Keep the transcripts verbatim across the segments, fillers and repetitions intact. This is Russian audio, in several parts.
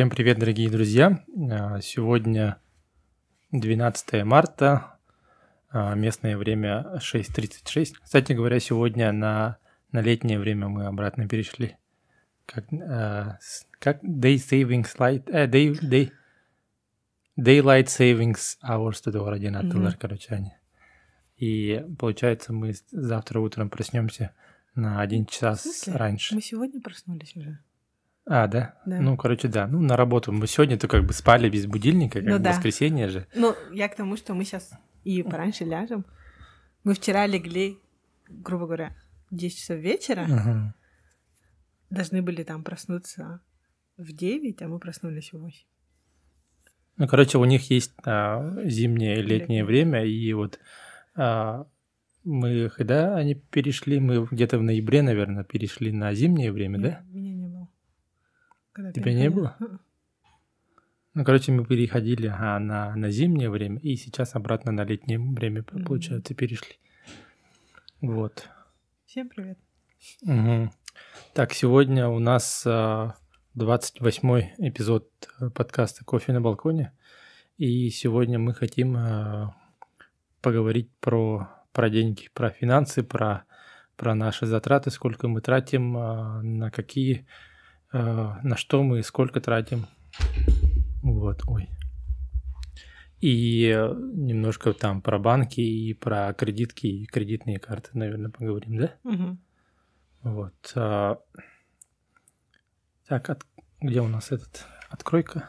Всем привет, дорогие друзья! Сегодня двенадцатое марта, местное время шесть тридцать шесть. Кстати говоря, сегодня на, на летнее время мы обратно перешли. Как, как Day Savings Light, э, day, day, Daylight Savings Hours тут ординатор, короче, они. И получается, мы завтра утром проснемся на один час раньше. Мы сегодня проснулись уже. А, да? Да. Ну, короче, да. Ну, на работу. Мы сегодня-то как бы спали без будильника, как ну, бы да. воскресенье же. Ну, я к тому, что мы сейчас и пораньше ляжем. Мы вчера легли, грубо говоря, в десять часов вечера. Угу. Должны были там проснуться в девять, а мы проснулись в восемь. Ну, короче, у них есть а, зимнее и летнее Летнее. время, и вот а, мы, когда они перешли, мы где-то в ноябре, наверное, перешли на зимнее время, Нет, да? меня не было. Когда Тебя не было? переходила. Ну, короче, мы переходили ага, на, на зимнее время, и сейчас обратно на летнее время, Мгм. получается, перешли. Вот. Всем привет. Угу. Так, сегодня у нас а, двадцать восьмой эпизод подкаста «Кофе на балконе», и сегодня мы хотим а, поговорить про, про деньги, про финансы, про, про наши затраты, сколько мы тратим, а, на какие, а, на что мы сколько тратим. Вот, ой. И э, немножко там про банки и про кредитки и кредитные карты, наверное, поговорим, да? Мгм. Вот. а, Так, от- где у нас этот? Открой-ка.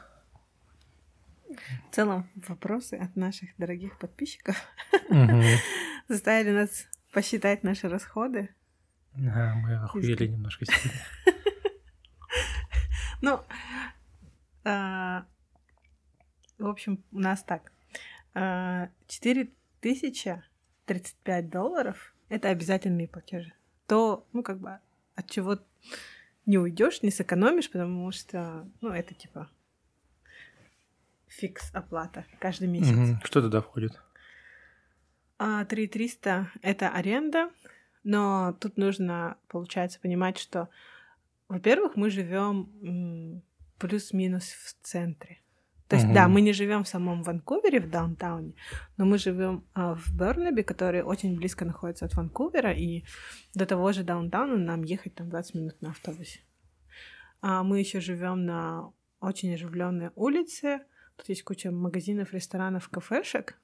В целом, вопросы от наших дорогих подписчиков Мгм. заставили нас посчитать наши расходы. Ага, мы охуели немножко сегодня. Ну, а, в общем, у нас так. а, четыре тысячи тридцать пять долларов — это обязательные платежи. То, ну, как бы, от чего не уйдешь, не сэкономишь, потому что, ну, это типа фикс оплата каждый месяц. Мгм. Что туда входит? А три тысячи триста — это аренда, но тут нужно, получается, понимать, что, во-первых, мы живем плюс-минус в центре. То есть, Мгм. да, мы не живем в самом Ванкувере, в даунтауне, но мы живем а, в Бернаби, который очень близко находится от Ванкувера, и до того же даунтауна нам ехать там двадцать минут на автобусе. А мы еще живем на очень оживленной улице. Тут есть куча магазинов, ресторанов, кафешек.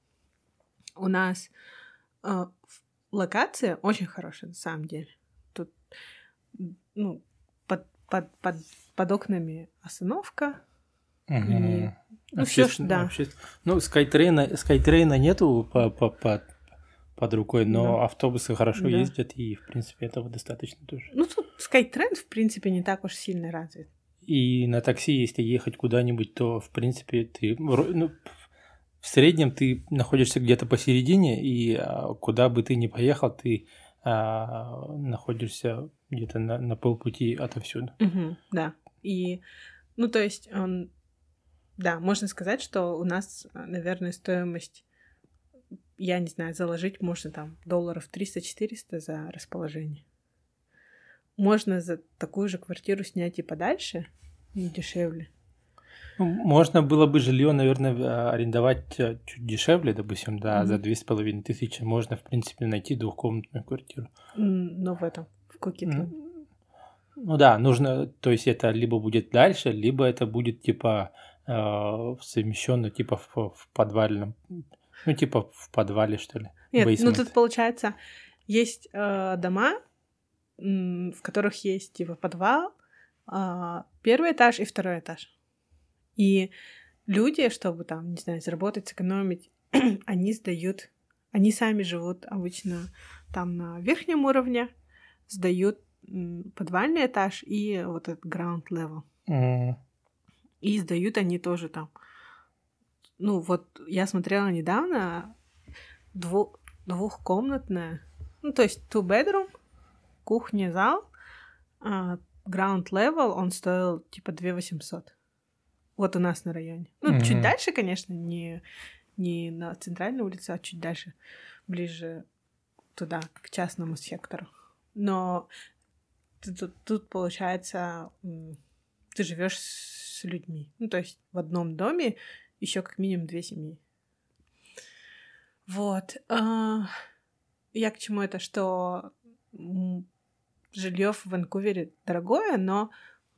У нас а, в- локация очень хорошая, на самом деле. Тут, ну, под, под, под, под окнами остановка. Мгм. И, ну, всё, Общественно- да. обще- Ну, скайтрейна, скайтрейна нету по, по, по- под рукой, но Да. автобусы хорошо Да. ездят, и, в принципе, этого достаточно тоже. Ну, тут SkyTrain, в принципе, не так уж сильно развит. И на такси, если ехать куда-нибудь, то, в принципе, ты... вро- ну, в среднем ты находишься где-то посередине, и а, куда бы ты ни поехал, ты а, находишься где-то на, на полпути отовсюду. Мгм, да. И, ну, то есть, он, да, можно сказать, что у нас, а, наверное, стоимость, я не знаю, заложить можно там долларов триста-четыреста за расположение. Можно за такую же квартиру снять и подальше, и дешевле. Ну, можно было бы жилье, наверное, а, арендовать а, чуть дешевле, допустим, да, Мгм. за две с половиной тысячи можно, в принципе, найти двухкомнатную квартиру. М, Но в этом, в Кукитленд. М, Ну да, нужно, то есть это либо будет дальше, либо это будет типа совмещенно, типа в, в подвальном, ну типа в подвале, что ли. Нет, ну basement. тут получается, есть э, дома, м, в которых есть типа подвал, а, первый этаж и второй этаж. И люди, чтобы там, не знаю, заработать, сэкономить, они сдают, они сами живут обычно там на верхнем уровне, сдают м, подвальный этаж и вот этот ground level. М, И сдают они тоже там. Ну, вот я смотрела недавно дву- двухкомнатная, ну, то есть two bedroom, кухня, зал, а, ground level, он стоил типа две тысячи восемьсот. Вот у нас на районе. Ну, Мгм. чуть дальше, конечно, не, не на центральной улице, а чуть дальше, ближе туда, к частному сектору. Но тут, тут- тут, получается, м, ты живешь с людьми. Ну, то есть в одном доме еще как минимум две семьи. Вот. Я к чему это, что жилье в Ванкувере дорогое, но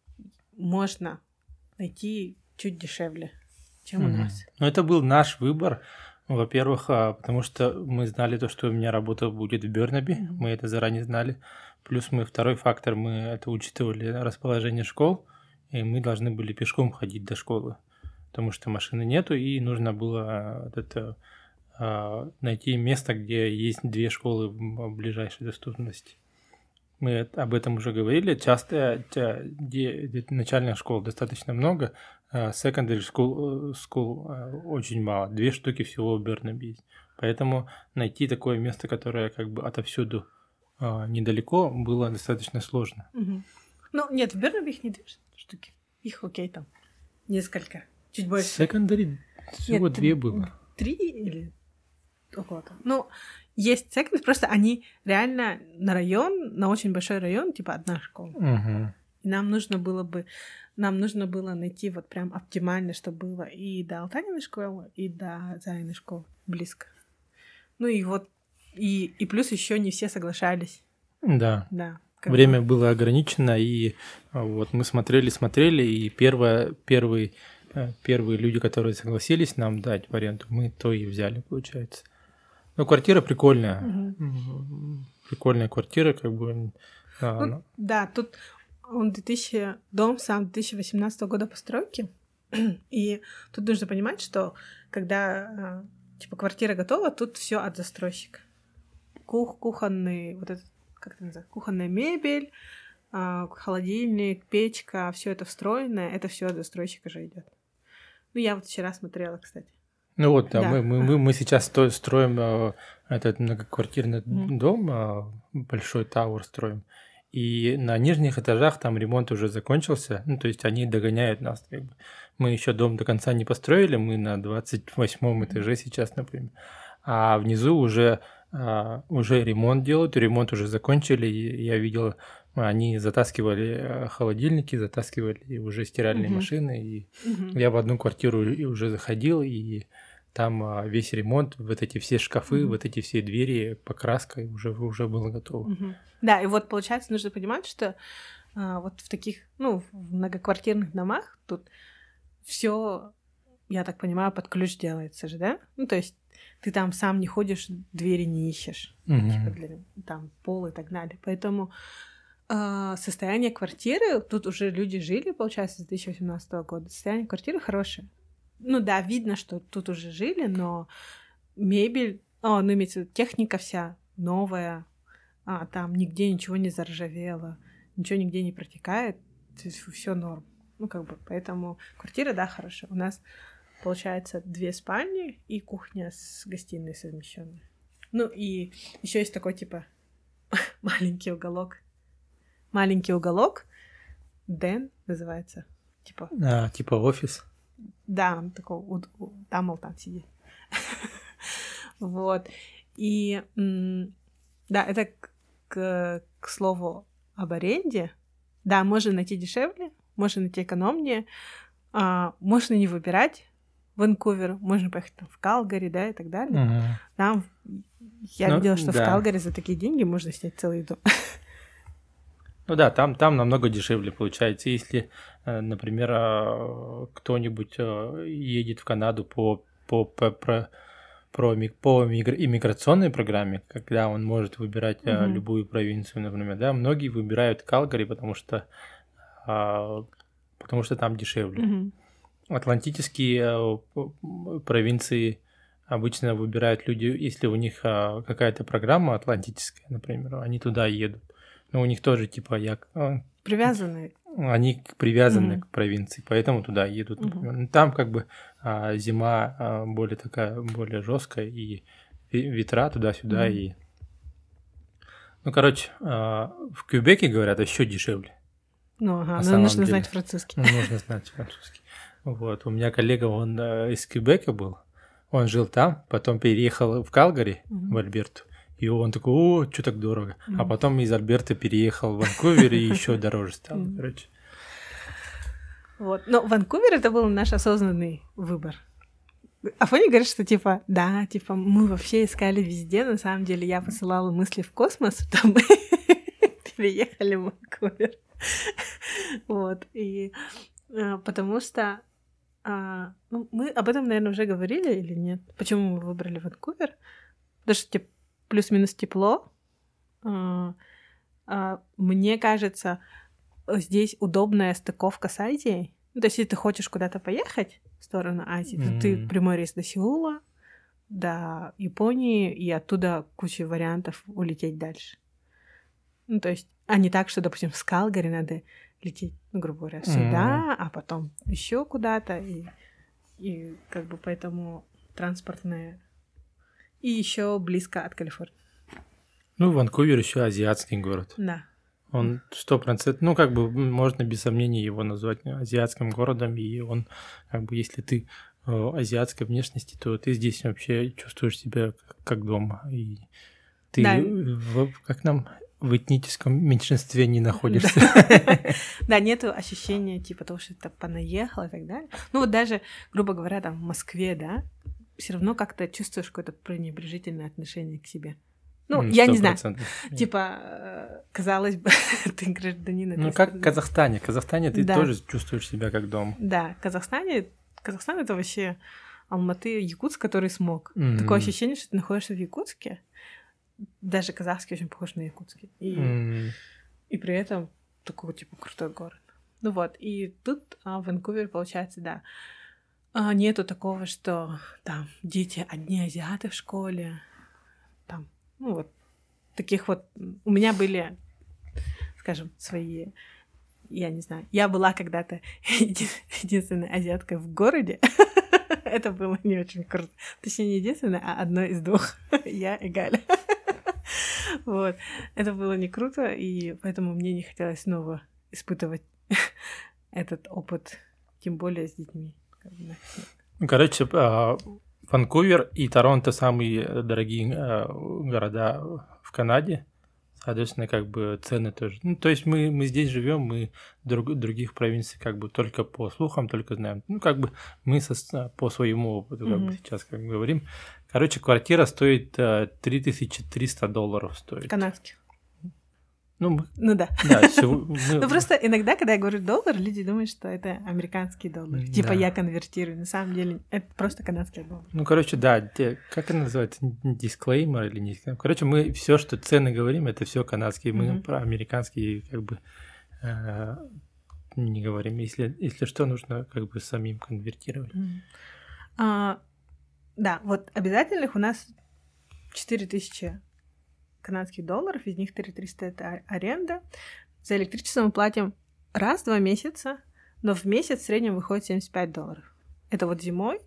можно найти чуть дешевле, чем mm-hmm. у нас. Ну, это был наш выбор. Во-первых, потому что мы знали то, что у меня работа будет в Бернаби, mm-hmm. мы это заранее знали. Плюс мы второй фактор, мы это учитывали расположение школ, и мы должны были пешком ходить до школы, потому что машины нету, и нужно было это, найти место, где есть две школы в ближайшей доступности. Мы об этом уже говорили. Часто начальных школ достаточно много, secondary school, school очень мало. Две штуки всего в Бернаби есть. Поэтому найти такое место, которое как бы отовсюду недалеко, было достаточно сложно. Угу. Ну, нет, в Бернаби их не две штуки. Их, окей, там несколько. Чуть больше. Secondary всего нет, две было. Три или около того. Ну, есть секонд, просто они реально на район, на очень большой район, типа одна школа. Угу. И нам нужно было бы, нам нужно было найти вот прям оптимально, чтобы было и до Алтаниной школы, и до Зайной школы близко. Ну и вот, и, и плюс еще не все соглашались. Да. Да. Время было ограничено, и вот мы смотрели, смотрели, и первое, первый, первые люди, которые согласились нам дать в аренду, мы то и взяли, получается. Ну, квартира прикольная. Угу. Прикольная квартира, как бы. Да, ну, она... да, тут он две тысячи, дом сам две тысячи восемнадцатого года постройки. И тут нужно понимать, что когда типа квартира готова, тут все от застройщика. Кух, кухонный, вот этот, как это называется, кухонная мебель, холодильник, печка, все это встроенное, это все от застройщика же идет. Ну, я вот вчера смотрела, кстати. Ну вот, да, да. Мы, мы, мы сейчас строим э, этот многоквартирный mm. дом, э, большой тауэр строим, и на нижних этажах там ремонт уже закончился, ну то есть они догоняют нас. Как бы. Мы еще дом до конца не построили, мы на двадцать восьмом этаже сейчас, например, а внизу уже, э, уже ремонт делают, ремонт уже закончили, и я видел, они затаскивали холодильники, затаскивали уже стиральные mm-hmm. машины, и mm-hmm. я в одну квартиру уже заходил, и там весь ремонт, вот эти все шкафы, mm-hmm. вот эти все двери, покраска уже, уже было готово. Mm-hmm. Да, и вот получается, нужно понимать, что а, вот в таких, ну, в многоквартирных домах тут все, я так понимаю, под ключ делается же, да? Ну, то есть ты там сам не ходишь, двери не ищешь, mm-hmm. типа для, там пол и так далее. Поэтому а, состояние квартиры, тут уже люди жили, получается, с две тысячи восемнадцатого года, состояние квартиры хорошее. Ну да, видно, что тут уже жили, но мебель, о, ну имеется в виду, техника вся новая, а, там нигде ничего не заржавело, ничего нигде не протекает, все норм. Ну как бы, поэтому квартира, да, хорошая. У нас получается две спальни и кухня с гостиной совмещенная. Ну и еще есть такой типа маленький уголок, маленький уголок, Дэн называется, типа. А, типа офис. Да, он такой, там Алтан сидит. Вот. И да, это к, к слову об аренде. Да, можно найти дешевле, можно найти экономнее, а, можно не выбирать Ванкувер, можно поехать там, в Калгари, да, и так далее. Угу. Там я ну, видела, что да. в Калгари за такие деньги можно снять целый дом. Ну да, там, там намного дешевле получается. Если, например, кто-нибудь едет в Канаду по, по, по, по, по иммиграционной программе, когда он может выбирать mm-hmm. любую провинцию, например, да, многие выбирают Калгари, потому что, потому что там дешевле. Mm-hmm. Атлантические провинции обычно выбирают люди, если у них какая-то программа атлантическая, например, они туда едут. Но у них тоже, типа, я... Привязаны. Они привязаны mm-hmm. к провинции, поэтому туда едут. Mm-hmm. Там как бы а, зима а, более такая, более жесткая, и ветра туда-сюда, mm-hmm. и... Ну, короче, а, в Квебеке, говорят, еще дешевле. Ну, ага, но нужно деле. знать французский. Ну, нужно знать французский. Вот, у меня коллега, он а, из Квебека был, он жил там, потом переехал в Калгари, mm-hmm. в Альберту. И он такой, о, что так дорого. Mm-hmm. А потом из Альберта переехал в Ванкувер, и еще дороже стало, короче. Вот. Но Ванкувер это был наш осознанный выбор. Афоня говорит, что типа, да, типа, мы вообще искали везде, на самом деле я посылала мысли в космос, то мы переехали в Ванкувер. Вот, и потому что ну, мы об этом, наверное, уже говорили или нет? Почему мы выбрали Ванкувер? Потому что типа, плюс-минус тепло. Мне кажется, здесь удобная стыковка с Азией. Ну, то есть, если ты хочешь куда-то поехать в сторону Азии, mm-hmm. то ты прямой рейс до Сеула, до Японии, и оттуда куча вариантов улететь дальше. Ну, то есть, а не так, что, допустим, в Калгари надо лететь, ну, грубо говоря, сюда, mm-hmm. а потом еще куда-то, и, и как бы поэтому транспортное. И еще близко от Калифорнии. Ну, Ванкувер еще азиатский город. Да. Он сто процентов, ну, как бы можно без сомнения его назвать азиатским городом, и он, как бы, если ты э, азиатской внешности, то ты здесь вообще чувствуешь себя как, как дома, и ты, да. в, как нам, в этническом меньшинстве не находишься. Да, нету ощущения, типа, того, что ты понаехал и так далее. Ну, вот даже, грубо говоря, там, в Москве, да, все равно как-то чувствуешь какое-то пренебрежительное отношение к себе. Ну, я не знаю, типа, казалось бы, ты гражданин. Ну, как в Казахстане. В Казахстане ты да. тоже чувствуешь себя как дома. Да, в Казахстане, Казахстан — это вообще Алматы, Якутск, который смог. Mm-hmm. Такое ощущение, что ты находишься в Якутске. Даже казахский очень похож на якутский. И, mm-hmm. и при этом такой, типа, крутой город. Ну вот, и тут а, в Ванкувере, получается, да, а, нету такого, что там дети одни азиаты в школе, там, ну вот, таких вот... У меня были, скажем, свои... Я не знаю. Я была когда-то единственной азиаткой в городе. Это было не очень круто. Точнее, не единственная, а одной из двух. Я и Галя. Вот. Это было не круто, и поэтому мне не хотелось снова испытывать этот опыт, тем более с детьми. Короче, Ванкувер и Торонто самые дорогие города в Канаде. Соответственно, как бы цены тоже. Ну, то есть мы, мы здесь живем, мы друг, других провинций как бы только по слухам, только знаем. Ну, как бы мы со, по своему опыту как mm-hmm. бы сейчас как бы говорим. Короче, квартира стоит три тысячи триста долларов стоит. Канадских. Ну, мы... ну да. да всего... Ну просто иногда, когда я говорю доллар, люди думают, что это американский доллар. Да. Типа я конвертирую. На самом деле это просто канадский доллар. Ну, короче, да, те, как это называется, дисклеймер или не дисклеймер. Короче, мы все, что цены говорим, это все канадские. Мы mm-hmm. про американские как бы э, не говорим. Если, если что, нужно как бы самим конвертировать. Mm-hmm. А, да, вот обязательных у нас четыре тысячи канадских долларов, из них три тысячи триста это аренда. За электричество мы платим раз в два месяца, но в месяц в среднем выходит семьдесят пять долларов. Это вот зимой.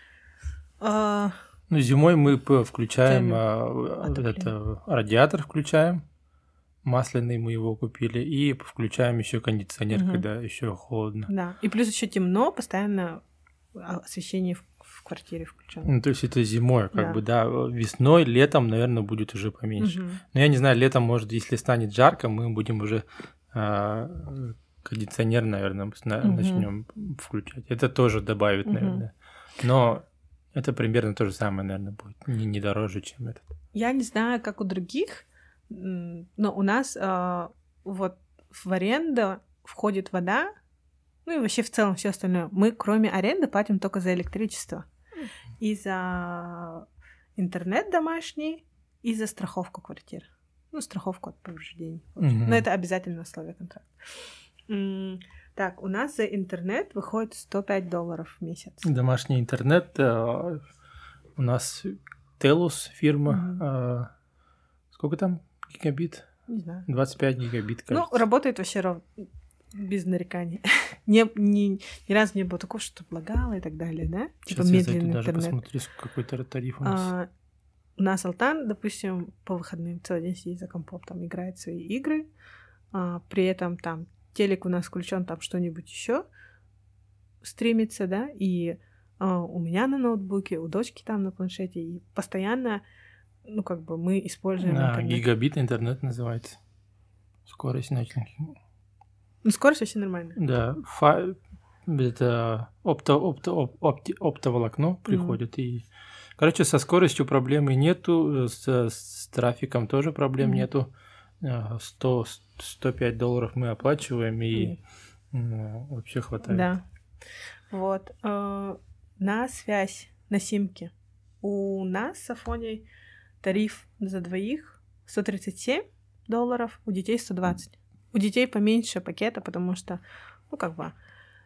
Ну, зимой мы включаем а, это, радиатор включаем, масляный мы его купили, и включаем еще кондиционер, угу. когда еще холодно. Да, и плюс еще темно, постоянно освещение в в квартире включён. Ну, то есть это зимой, как да. бы, да. Весной, летом, наверное, будет уже поменьше. Угу. Но я не знаю, летом, может, если станет жарко, мы будем уже а, кондиционер, наверное, угу. начнем включать. Это тоже добавит, угу. наверное. Но это примерно то же самое, наверное, будет. Не, не дороже, чем этот. Я не знаю, как у других, но у нас а, вот в аренду входит вода, ну и вообще в целом все остальное. Мы, кроме аренды, платим только за электричество. И за интернет домашний, и за страховку квартиры. Ну, страховку от повреждений. Mm-hmm. Но это обязательное условие контракта. М- так, у нас за интернет выходит сто пять долларов в месяц. Домашний интернет. Э- у нас Телус фирма. Mm-hmm. Э- сколько там гигабит? Не знаю. двадцать пять гигабит, кажется. Ну, работает вообще ровно. Без нареканий. не, не, ни разу не было такого, что лагало и так далее, да? Сейчас типа медленный я интернет. Даже посмотрю, какой-то тариф у нас. А, у нас Алтан, допустим, по выходным целый день сидит за компом, там играет свои игры, а, при этом там телек у нас включен, там что-нибудь еще стримится, да, и а, у меня на ноутбуке, у дочки там на планшете, и постоянно, ну, как бы мы используем а, интернет. Гигабит интернет называется. Скорость начнем. Ну, скорость вообще нормально. Да, фа... это опто, опто, оп- опти- оптоволокно приходит. И, короче, со скоростью проблемы нету, с, с трафиком тоже проблем Мгм. нету. А, сто сто пять долларов мы оплачиваем, и ну, вообще хватает. Да. Вот. э, На связь, на симке. У нас с Афоней тариф за двоих сто тридцать семь долларов, у детей сто двадцать. У детей поменьше пакета, потому что, ну, как бы,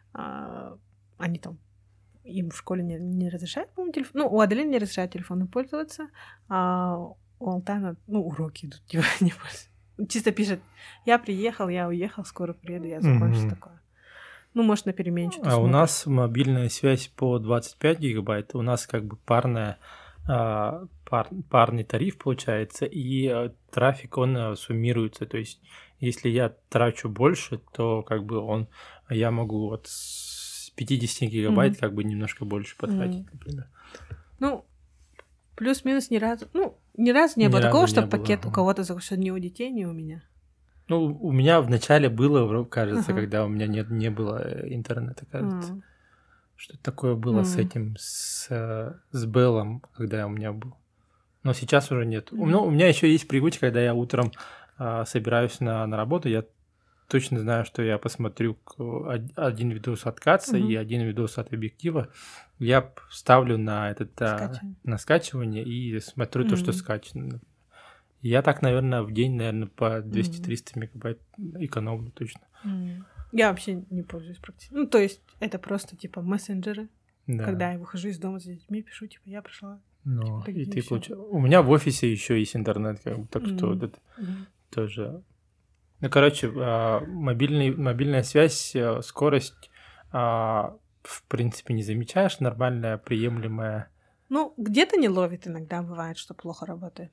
а, они там, им в школе не, не разрешают, по-моему, телефон. Ну, у Аделины не разрешают телефоном пользоваться, а у Алтана, ну, уроки идут, типа, не пользуются. Чисто пишет: я приехал, я уехал, скоро приеду, я закончу Мгм. такое. Ну, может, на переменчатую А у смотришь. нас мобильная связь по двадцать пять гигабайт. У нас как бы парная, а, пар- парный тариф получается, и а, трафик, он а, суммируется. То есть, если я трачу больше, то как бы он, я могу вот с пятьдесят гигабайт Мгм. как бы немножко больше потратить, Мгм. например. Ну, плюс-минус ни разу, ну, ни разу не Ни было разу такого, не что было, пакет у ага. кого-то закончился, ни у детей, ни у меня. Ну, у меня вначале было, вро- кажется, Ага. когда у меня нет, не было э, интернета, кажется. М. Что такое было с М. этим, с, э, с Беллом, когда у меня был. Но сейчас уже нет. Мгм. Ну, у меня еще есть привычка, когда я утром а, собираюсь на, на работу, я точно знаю, что я посмотрю к- од- один видос от Каца и Мгм. один видос от объектива. Я п- ставлю на этот а, Скачивание. на скачивание и смотрю то, что М. скачано. Я так, наверное, в день, наверное, по Мгм. двести-триста мегабайт экономлю точно. М. Я вообще не пользуюсь практически. Ну, то есть, это просто, типа, мессенджеры. Да. Когда я выхожу из дома за детьми, пишу, типа, я пришла. Ну, Типа, и где ты всё? получаешь. У меня в офисе еще есть интернет, как бы, так что М. вот это Мгм. тоже. Ну, короче, а, мобильный, мобильная связь, а, скорость, а, в принципе, не замечаешь, нормальная, приемлемая. Ну, где-то не ловит иногда, бывает, что плохо работает.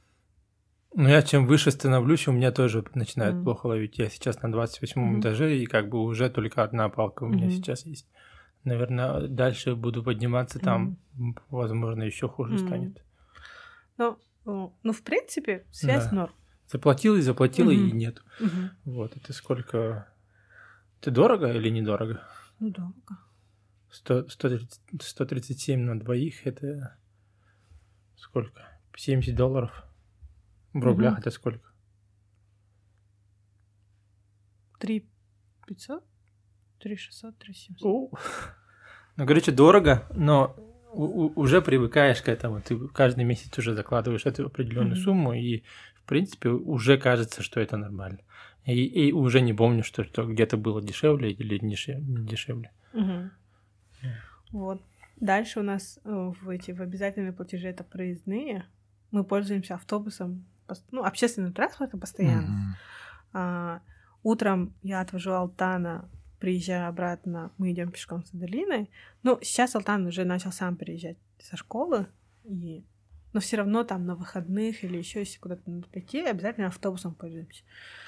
Но я чем выше становлюсь, у меня тоже начинает М. плохо ловить. Я сейчас на двадцать восьмом Мгм. этаже, и как бы уже только одна палка у меня Мгм. сейчас есть. Наверное, дальше буду подниматься, там, Мгм. м, возможно, еще хуже М. станет. Ну, о, ну, в принципе, связь Да. норм. Заплатил и заплатила, и Мгм. нет. Мгм. Вот, это сколько... Это дорого или недорого? Ну, дорого. сто, сто тридцать, сто тридцать семь на двоих, это сколько? семьдесят долларов. В рублях Мгм. это сколько? Три пятьсот, три шестьсот, три семьсот. У. Ну, короче, дорого, но у- у- уже привыкаешь к этому. Ты каждый месяц уже закладываешь эту определенную Мгм. сумму, и, в принципе, уже кажется, что это нормально. И, и уже не помню, что, что где-то было дешевле или не ше- не дешевле. Мгм. Вот. Дальше у нас э, в эти в обязательные платежи это проездные. Мы пользуемся автобусом, пос- ну, общественным транспортом постоянно. Мгм. А, утром я отвожу Алтана, приезжаю обратно, мы идем пешком с Аделиной. Ну, сейчас Алтан уже начал сам приезжать со школы, и... но все равно там на выходных или еще если куда-то надо пойти, обязательно автобусом пользуемся.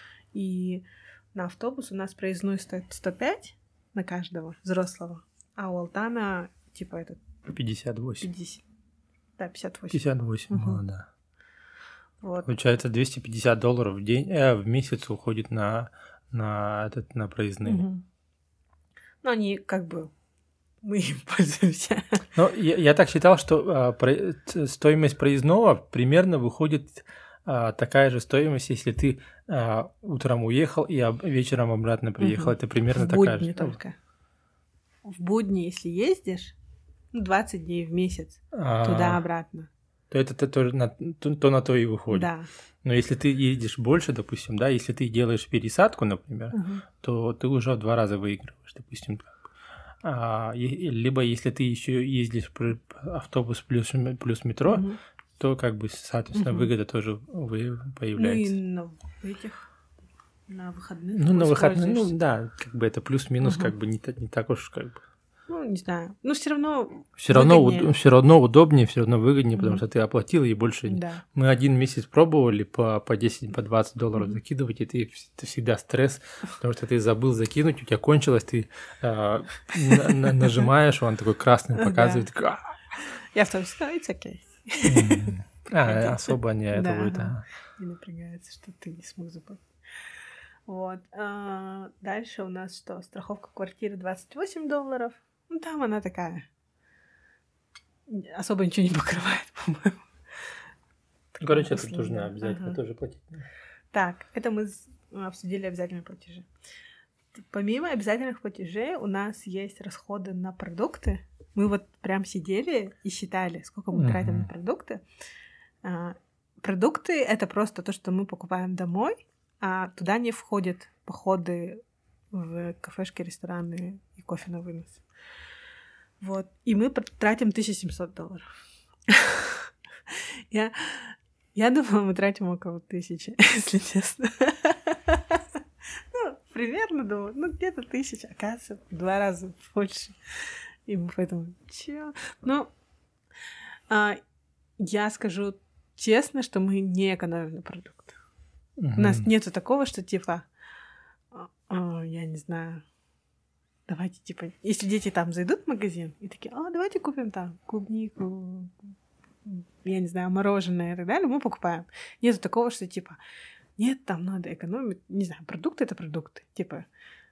И на автобус у нас проездной стоит сто пять на каждого взрослого, а у Алтана типа этот пятьдесят восемь. пятьдесят, да, пятьдесят восемь. пятьдесят восемь, Мгм. ну да. Вот. Получается, двести пятьдесят долларов в день, э, в месяц уходит на, на, этот, на проездные. Мгм. Ну, они как бы... Мы им пользуемся. Ну, я, я так считал, что а, про- ц- стоимость проездного примерно выходит а, такая же стоимость, если ты а, утром уехал и об- вечером обратно приехал. Мгм. Это примерно В такая будни же. только. В будни, если ездишь, ну, двадцать дней в месяц, А, туда-обратно. то это то, тоже на, то, то на то и выходит. Да. Но если ты ездишь больше, допустим, да, если ты делаешь пересадку, например, Мгм. то ты уже в два раза выигрываешь, допустим. как бы. А, е- либо если ты еще ездишь пр- автобус плюс, м- плюс метро, Мгм. то как бы, соответственно, Мгм. выгода тоже вы- Ну и появляется. на этих, на выходных Ну, на выходные, ну используешься. да, как бы это плюс-минус, Мгм. как бы не, та- не так уж как бы. Ну, не знаю. Ну, все равно Все равно, выгоднее. все равно удобнее, все равно выгоднее, потому Мгм. что ты оплатил и больше. Да. Мы один месяц пробовали по, по десять, по двадцать долларов Мгм. закидывать, и ты, вс- это всегда стресс, потому что ты забыл закинуть, у тебя кончилось, ты а, на- на- нажимаешь, он такой красный Да. показывает. такой, «А». Я в том числе, it's okay. М. А, Ходи. особо не это Да, будет. ага. ага. Не напрягается, что ты не смог заплатить. Вот. А дальше у нас что? Страховка квартиры двадцать восемь долларов. Ну, там она такая. Особо ничего не покрывает, по-моему. Короче, это нужно обязательно ага. тоже платить. Так, это мы обсудили обязательные платежи. Помимо обязательных платежей у нас есть расходы на продукты. Мы вот прям сидели и считали, сколько мы uh-huh. тратим на продукты. А, продукты — это просто то, что мы покупаем домой, а туда не входят походы в кафешки, рестораны и кофе на вынос. Вот. И мы тратим тысяча семьсот долларов. я, я думала, мы тратим около тысячи, если честно. Ну, примерно, думаю, ну, где-то тысяча, оказывается, в два раза больше. И мы поэтому, чё? Ну, а, я скажу честно, что мы не экономим на продуктах. Uh-huh. У нас нету такого, что, типа, а, я не знаю, давайте, типа, если дети там зайдут в магазин и такие, а, давайте купим там клубнику, я не знаю, мороженое и так далее, мы покупаем. Нету такого, что, типа, нет, там надо экономить. Не знаю, продукты — это продукты. Типа...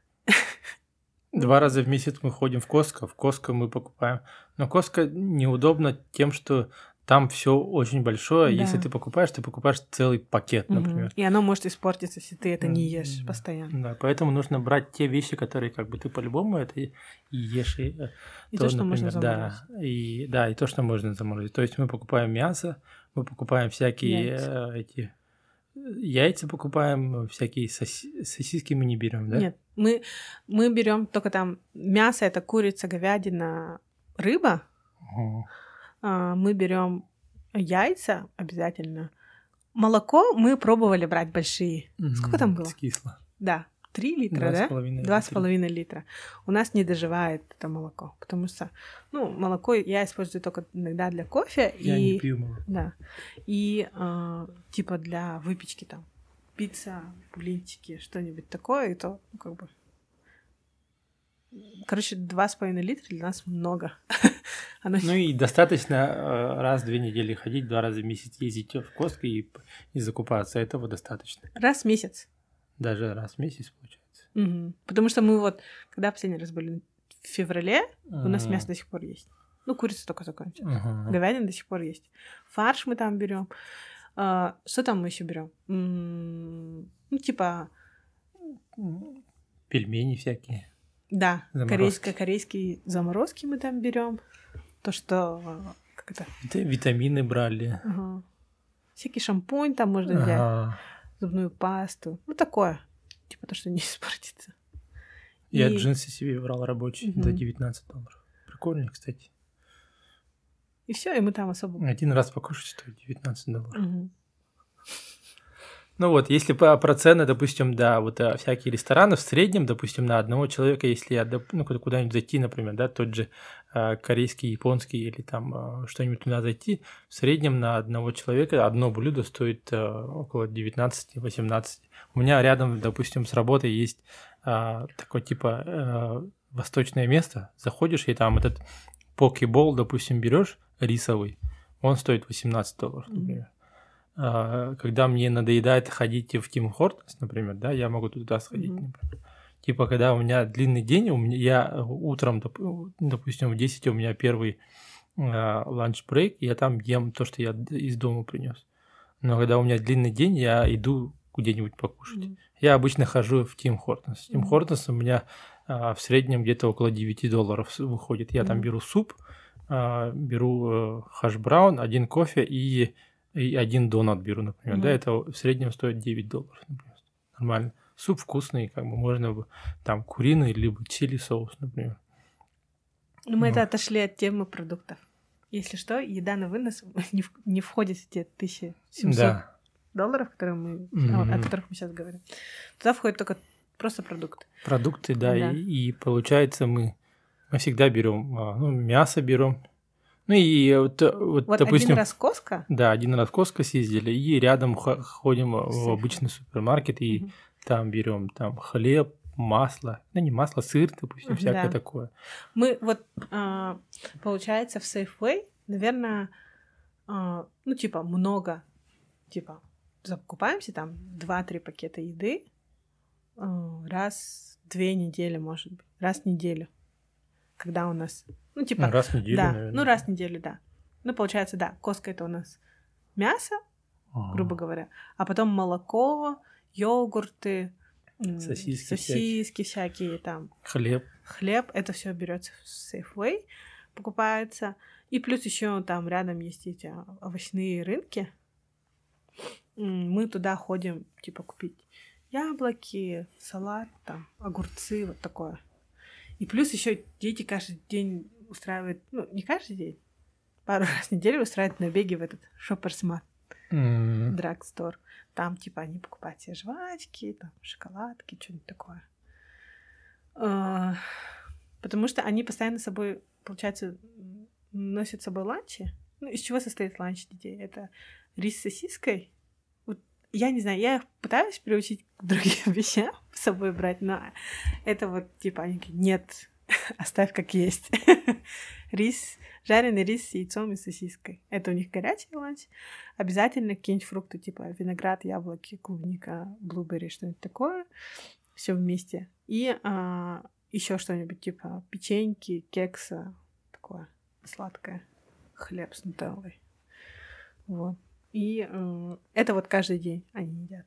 Два раза в месяц мы ходим в Costco, в Costco мы покупаем. Но Costco неудобно тем, что там все очень большое. Да. Если ты покупаешь, ты покупаешь целый пакет, например. Угу. И оно может испортиться, если ты это не ешь да. постоянно. Да, поэтому нужно брать те вещи, которые как бы ты по-любому это и ешь. И, и то, то, что например, можно заморозить. Да, и, да, и то, что можно заморозить. То есть мы покупаем мясо, мы покупаем всякие Яйца. эти... Яйца покупаем, всякие соси... сосиски мы не берем, да? Нет, мы, мы берем только там мясо, это курица, говядина, рыба. Угу. А, мы берем яйца обязательно. Молоко мы пробовали брать большие. Угу. Сколько там было? Скисло. Да, три литра, да? Два с половиной литра. У нас не доживает это молоко, потому что, ну, молоко я использую только иногда для кофе. Я и, не пью молоко. Да. И э, типа для выпечки там пицца, блинчики, что-нибудь такое, и то, ну, как бы... Короче, два с половиной литра для нас много. Оно... Ну и достаточно раз в две недели ходить, два раза в месяц ездить в Costco и, и закупаться. Этого достаточно. Раз в месяц. Даже раз в месяц, получается. Угу. Потому что мы вот, когда последний раз были в феврале, uh-huh. у нас мясо до сих пор есть. Ну, курица только закончилась. Uh-huh. Говядина до сих пор есть. Фарш мы там берем. А, что там мы еще берем? М-м, ну, типа... Пельмени всякие. Да, корейско- корейские заморозки мы там берем. То, что... Как это? Витамины брали. Uh-huh. Всякий шампунь там можно взять. Uh-huh. Зубную пасту. Ну, такое. Типа то, что не испортится. Я и... джинсы себе брал рабочие угу. за девятнадцать долларов. Прикольные, кстати. И все, и мы там особо... Один раз покушать стоит девятнадцать долларов. Угу. Ну вот, если по, про цены, допустим, да, вот а, всякие рестораны в среднем, допустим, на одного человека, если я, ну, куда-нибудь зайти, например, да, тот же а, корейский, японский или там а, что-нибудь туда зайти, в среднем на одного человека одно блюдо стоит а, около девятнадцать-восемнадцать. У меня рядом, допустим, с работой есть а, такое типа а, восточное место, заходишь и там этот покебол, допустим, берешь рисовый, он стоит восемнадцать долларов, например. Mm-hmm. Когда мне надоедает ходить в Тим Хортонс, например, да, я могу туда сходить, mm-hmm. например. Типа, когда у меня длинный день, у меня, я утром, допустим, в десять у меня первый ланч-брейк, я там ем то, что я из дома принес. Но когда у меня длинный день, я иду где-нибудь покушать. Mm-hmm. Я обычно хожу в Тим Хортонс. Тим mm-hmm. Хортонс у меня а, в среднем где-то около девять долларов выходит. Я mm-hmm. там беру суп, а, беру а, хэш-браун, один кофе и... И один донат беру, например, mm-hmm. да, это в среднем стоит девять долларов, например. Нормально. Суп вкусный, как бы можно там куриный, либо чили соус, например. Ну, мы ну. это отошли от темы продуктов. Если что, еда на вынос не, в, не входит в те тысяча семьсот да. долларов, которые мы, mm-hmm. о, о которых мы сейчас говорим. Туда входит только просто продукты. Продукты, да, да. И, и получается мы, мы всегда берем, ну, мясо берем. Ну и вот, вот, вот допустим... один раз Costco? Да, один раз Costco съездили, и рядом ходим в обычный супермаркет, и угу. там берем там хлеб, масло, ну не масло, сыр, допустим, угу, всякое да. такое. Мы вот, а, получается, в Safeway, наверное, а, ну типа много, типа закупаемся там два-три пакета еды, раз в две недели, может быть. Раз в неделю. Когда у нас... Ну, типа... Ну, раз в неделю, да, наверное. ну, раз в неделю, да. Ну, получается, да, Costco — это у нас мясо, Ага. грубо говоря, а потом молоко, йогурты, Сосиски сосиски всякие, там, Хлеб. хлеб. Это все берется в Safeway, покупается. И плюс еще там рядом есть эти овощные рынки. Мы туда ходим, типа, купить яблоки, салат, там, огурцы, вот такое. И плюс еще дети каждый день устраивают, ну, не каждый день, пару раз в неделю устраивают набеги в этот Shoppers Mart, Mm. драгстор. Там, типа, они покупают себе жвачки, там, шоколадки, что-нибудь такое. А, потому что они постоянно с собой, получается, носят с собой ланчи. Ну, из чего состоит ланч детей? Это рис с сосиской. Вот, я не знаю, я их пытаюсь приучить к другим вещам с собой брать, но это вот, типа, они говорят, нет, оставь как есть. Рис, жареный рис с яйцом и сосиской. Это у них горячий ланч. Обязательно какие-нибудь фрукты, типа виноград, яблоки, клубника, блуберри, что-нибудь такое. Все вместе. И а, еще что-нибудь, типа печеньки, кекса, такое сладкое. Хлеб с нутеллой. Вот. И э, это вот каждый день они едят.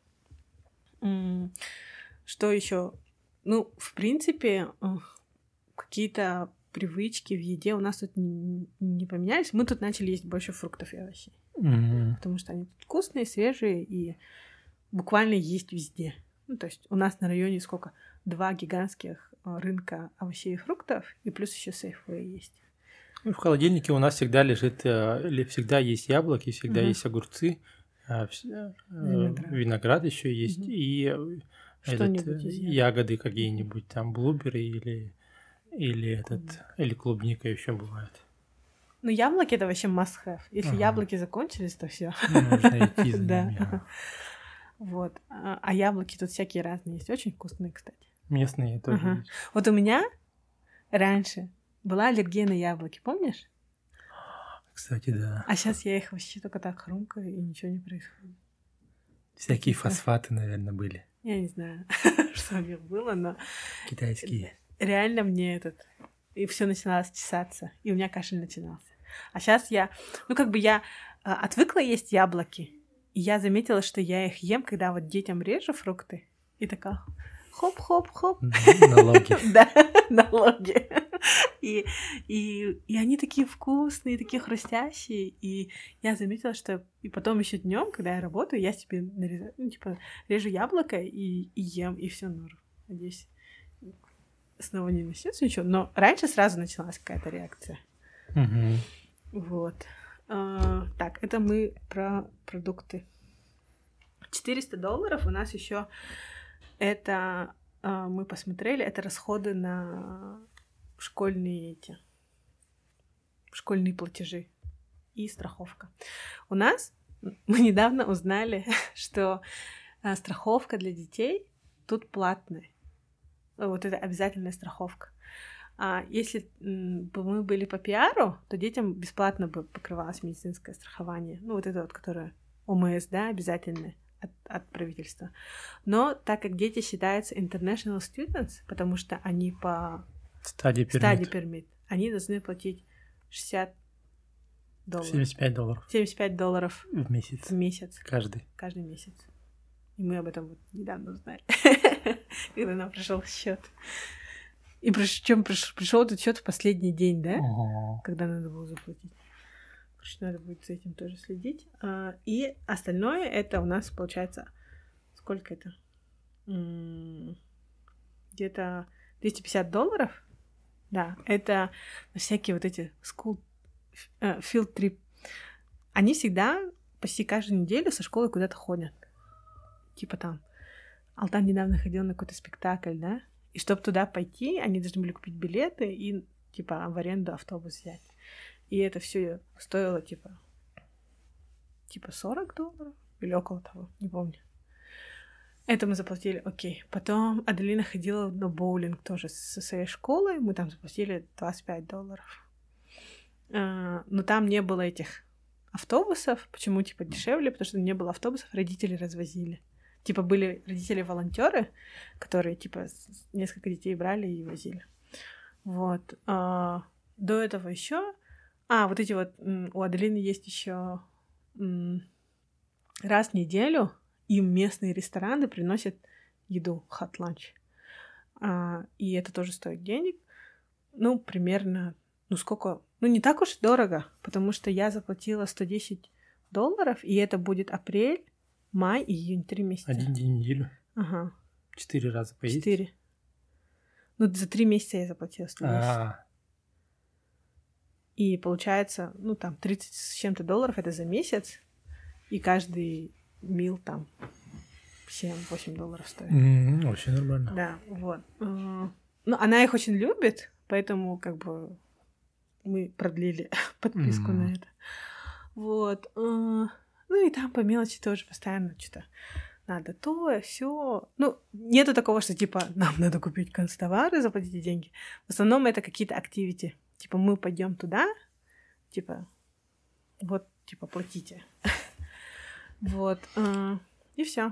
М- Что еще? Ну, в принципе, э, какие-то привычки в еде у нас тут не, не поменялись. Мы тут начали есть больше фруктов и овощей. Mm. Потому что они тут вкусные, свежие и буквально есть везде. Ну, то есть у нас на районе сколько? Два гигантских рынка овощей и фруктов, и плюс еще Safeway есть. В холодильнике у нас всегда лежит, или всегда есть яблоки, всегда Мгм. есть огурцы, а, вс- э, Виноград. виноград еще есть, Мгм. и э, этот, Что-нибудь э, из ягод. ягоды какие-нибудь, там блуберы или, или этот, Клубника. или клубника еще бывает. Ну, яблоки — это вообще must have. Если Ага. яблоки закончились, то все. Ну, нужно идти за Да. ними. ага. Вот. А а яблоки тут всякие разные есть. Очень вкусные, кстати. Местные тоже Ага. есть. Вот у меня раньше была аллергия на яблоки, помнишь? Кстати, да. А сейчас я их вообще только так хрумкаю, и ничего не происходит. Всякие какие-то- фосфаты, наверное, были. Я не знаю, что у них было, но Китайские. реально мне этот... И все начиналось чесаться, и у меня кашель начинался. А сейчас я... Ну, как бы я а, отвыкла есть яблоки, и я заметила, что я их ем, когда вот детям режу фрукты, и такая хоп-хоп-хоп. Налоги. Да, налоги. И, и, и они такие вкусные, такие хрустящие. И я заметила, что и потом еще днем, когда я работаю, я себе нарезаю, ну, типа, режу яблоко и, и ем, и все норм. Надеюсь, снова не начнется ничего. Но раньше сразу началась какая-то реакция. Мгм. Вот. А, так, это мы про продукты. четыреста долларов у нас еще это а, мы посмотрели, это расходы на школьные эти школьные платежи и страховка. У нас мы недавно узнали, что а, страховка для детей тут платная. Вот это обязательная страховка. А если м, бы мы были по пиару, то детям бесплатно бы покрывалось медицинское страхование. Ну, вот это вот, которое ОМС, да, обязательное от, от правительства. Но так как дети считаются international students, потому что они по Стадия стадии пирамид. пермит, они должны платить шестьдесят долларов. семьдесят пять долларов семьдесят пять долларов в месяц. в месяц, Каждый. каждый месяц. И мы об этом вот недавно узнали, когда нам пришел счет. И причем пришел этот счет в последний день, да? Ого. Когда надо было заплатить. Короче, надо будет за этим тоже следить. А, и остальное это у нас получается... Сколько это? М, Где-то двести пятьдесят долларов. Да, это всякие вот эти school э, field trip. Они всегда почти каждую неделю со школы куда-то ходят. Типа там Алтан недавно ходил на какой-то спектакль, да? И чтобы туда пойти, они должны были купить билеты и, типа, в аренду автобус взять. И это все стоило, типа, типа сорок долларов или около того, не помню. Это мы заплатили, окей. Потом Аделина ходила на боулинг тоже со своей школой, мы там заплатили двадцать пять долларов. А, но там не было этих автобусов. Почему, типа, дешевле? Потому что не было автобусов, родители развозили. Типа были родители-волонтеры, которые типа несколько детей брали и возили. Вот. А, до этого еще. А, вот эти вот у Аделины есть еще раз в неделю им местные рестораны приносят еду, hot lunch. А, и это тоже стоит денег. Ну, примерно, ну сколько, ну не так уж дорого, потому что я заплатила сто десять долларов, и это будет апрель, май и июнь, три месяца. Один день в неделю? Ага. Четыре раза поесть? Четыре. Ну, за три месяца я заплатила сто десять. А-а-а. И получается, ну, там, тридцать с чем-то долларов это за месяц, и каждый мил там семь-восемь долларов стоит. Mm-hmm, очень нормально. Да, вот. Ну, она их очень любит, поэтому, как бы, мы продлили подписку mm-hmm. на это. Вот. Ну, и там по мелочи тоже постоянно что-то надо то, все. Ну, нету такого, что, типа, нам надо купить канцтовары, заплатить деньги. В основном это какие-то активити. Типа, мы пойдем туда, типа, вот, типа, платите. Вот. И все.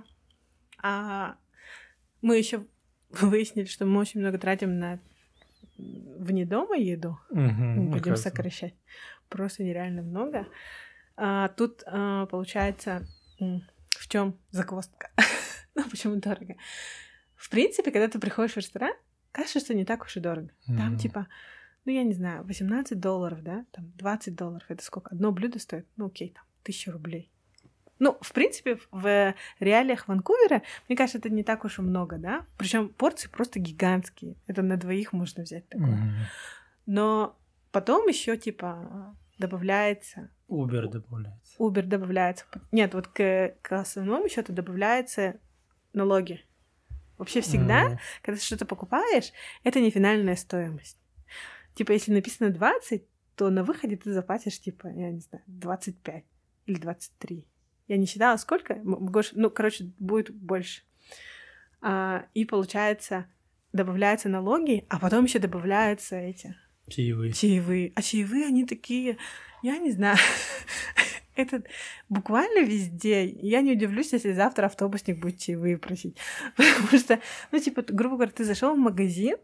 А мы еще выяснили, что мы очень много тратим на вне дома еду. Мы пойдем сокращать. Просто нереально много. А тут, а, получается, в чем загвоздка? Ну, почему дорого? В принципе, когда ты приходишь в ресторан, кажется, что не так уж и дорого. Mm-hmm. Там, типа, ну, я не знаю, восемнадцать долларов, да? Там двадцать долларов. Это сколько? Одно блюдо стоит? Ну, окей, там, тысяча рублей. Ну, в принципе, в реалиях Ванкувера, мне кажется, это не так уж и много, да? Причем порции просто гигантские. Это на двоих можно взять такое. Mm-hmm. Но потом еще типа добавляется... Uber добавляется. Uber добавляется. Нет, вот к, к основному счету добавляются налоги. Вообще всегда, mm-hmm. когда ты что-то покупаешь, это не финальная стоимость. Типа, если написано двадцать, то на выходе ты заплатишь, типа, я не знаю, двадцать пять или двадцать три. Я не считала, сколько. Ну, короче, будет больше. А, и, получается, добавляются налоги, а потом еще добавляются эти... Чаевые. Чаевые. А чаевые, они такие... Я не знаю. Это буквально везде. Я не удивлюсь, если завтра автобусник будет чаевые просить. Потому что, ну, типа, грубо говоря, ты зашел в магазин,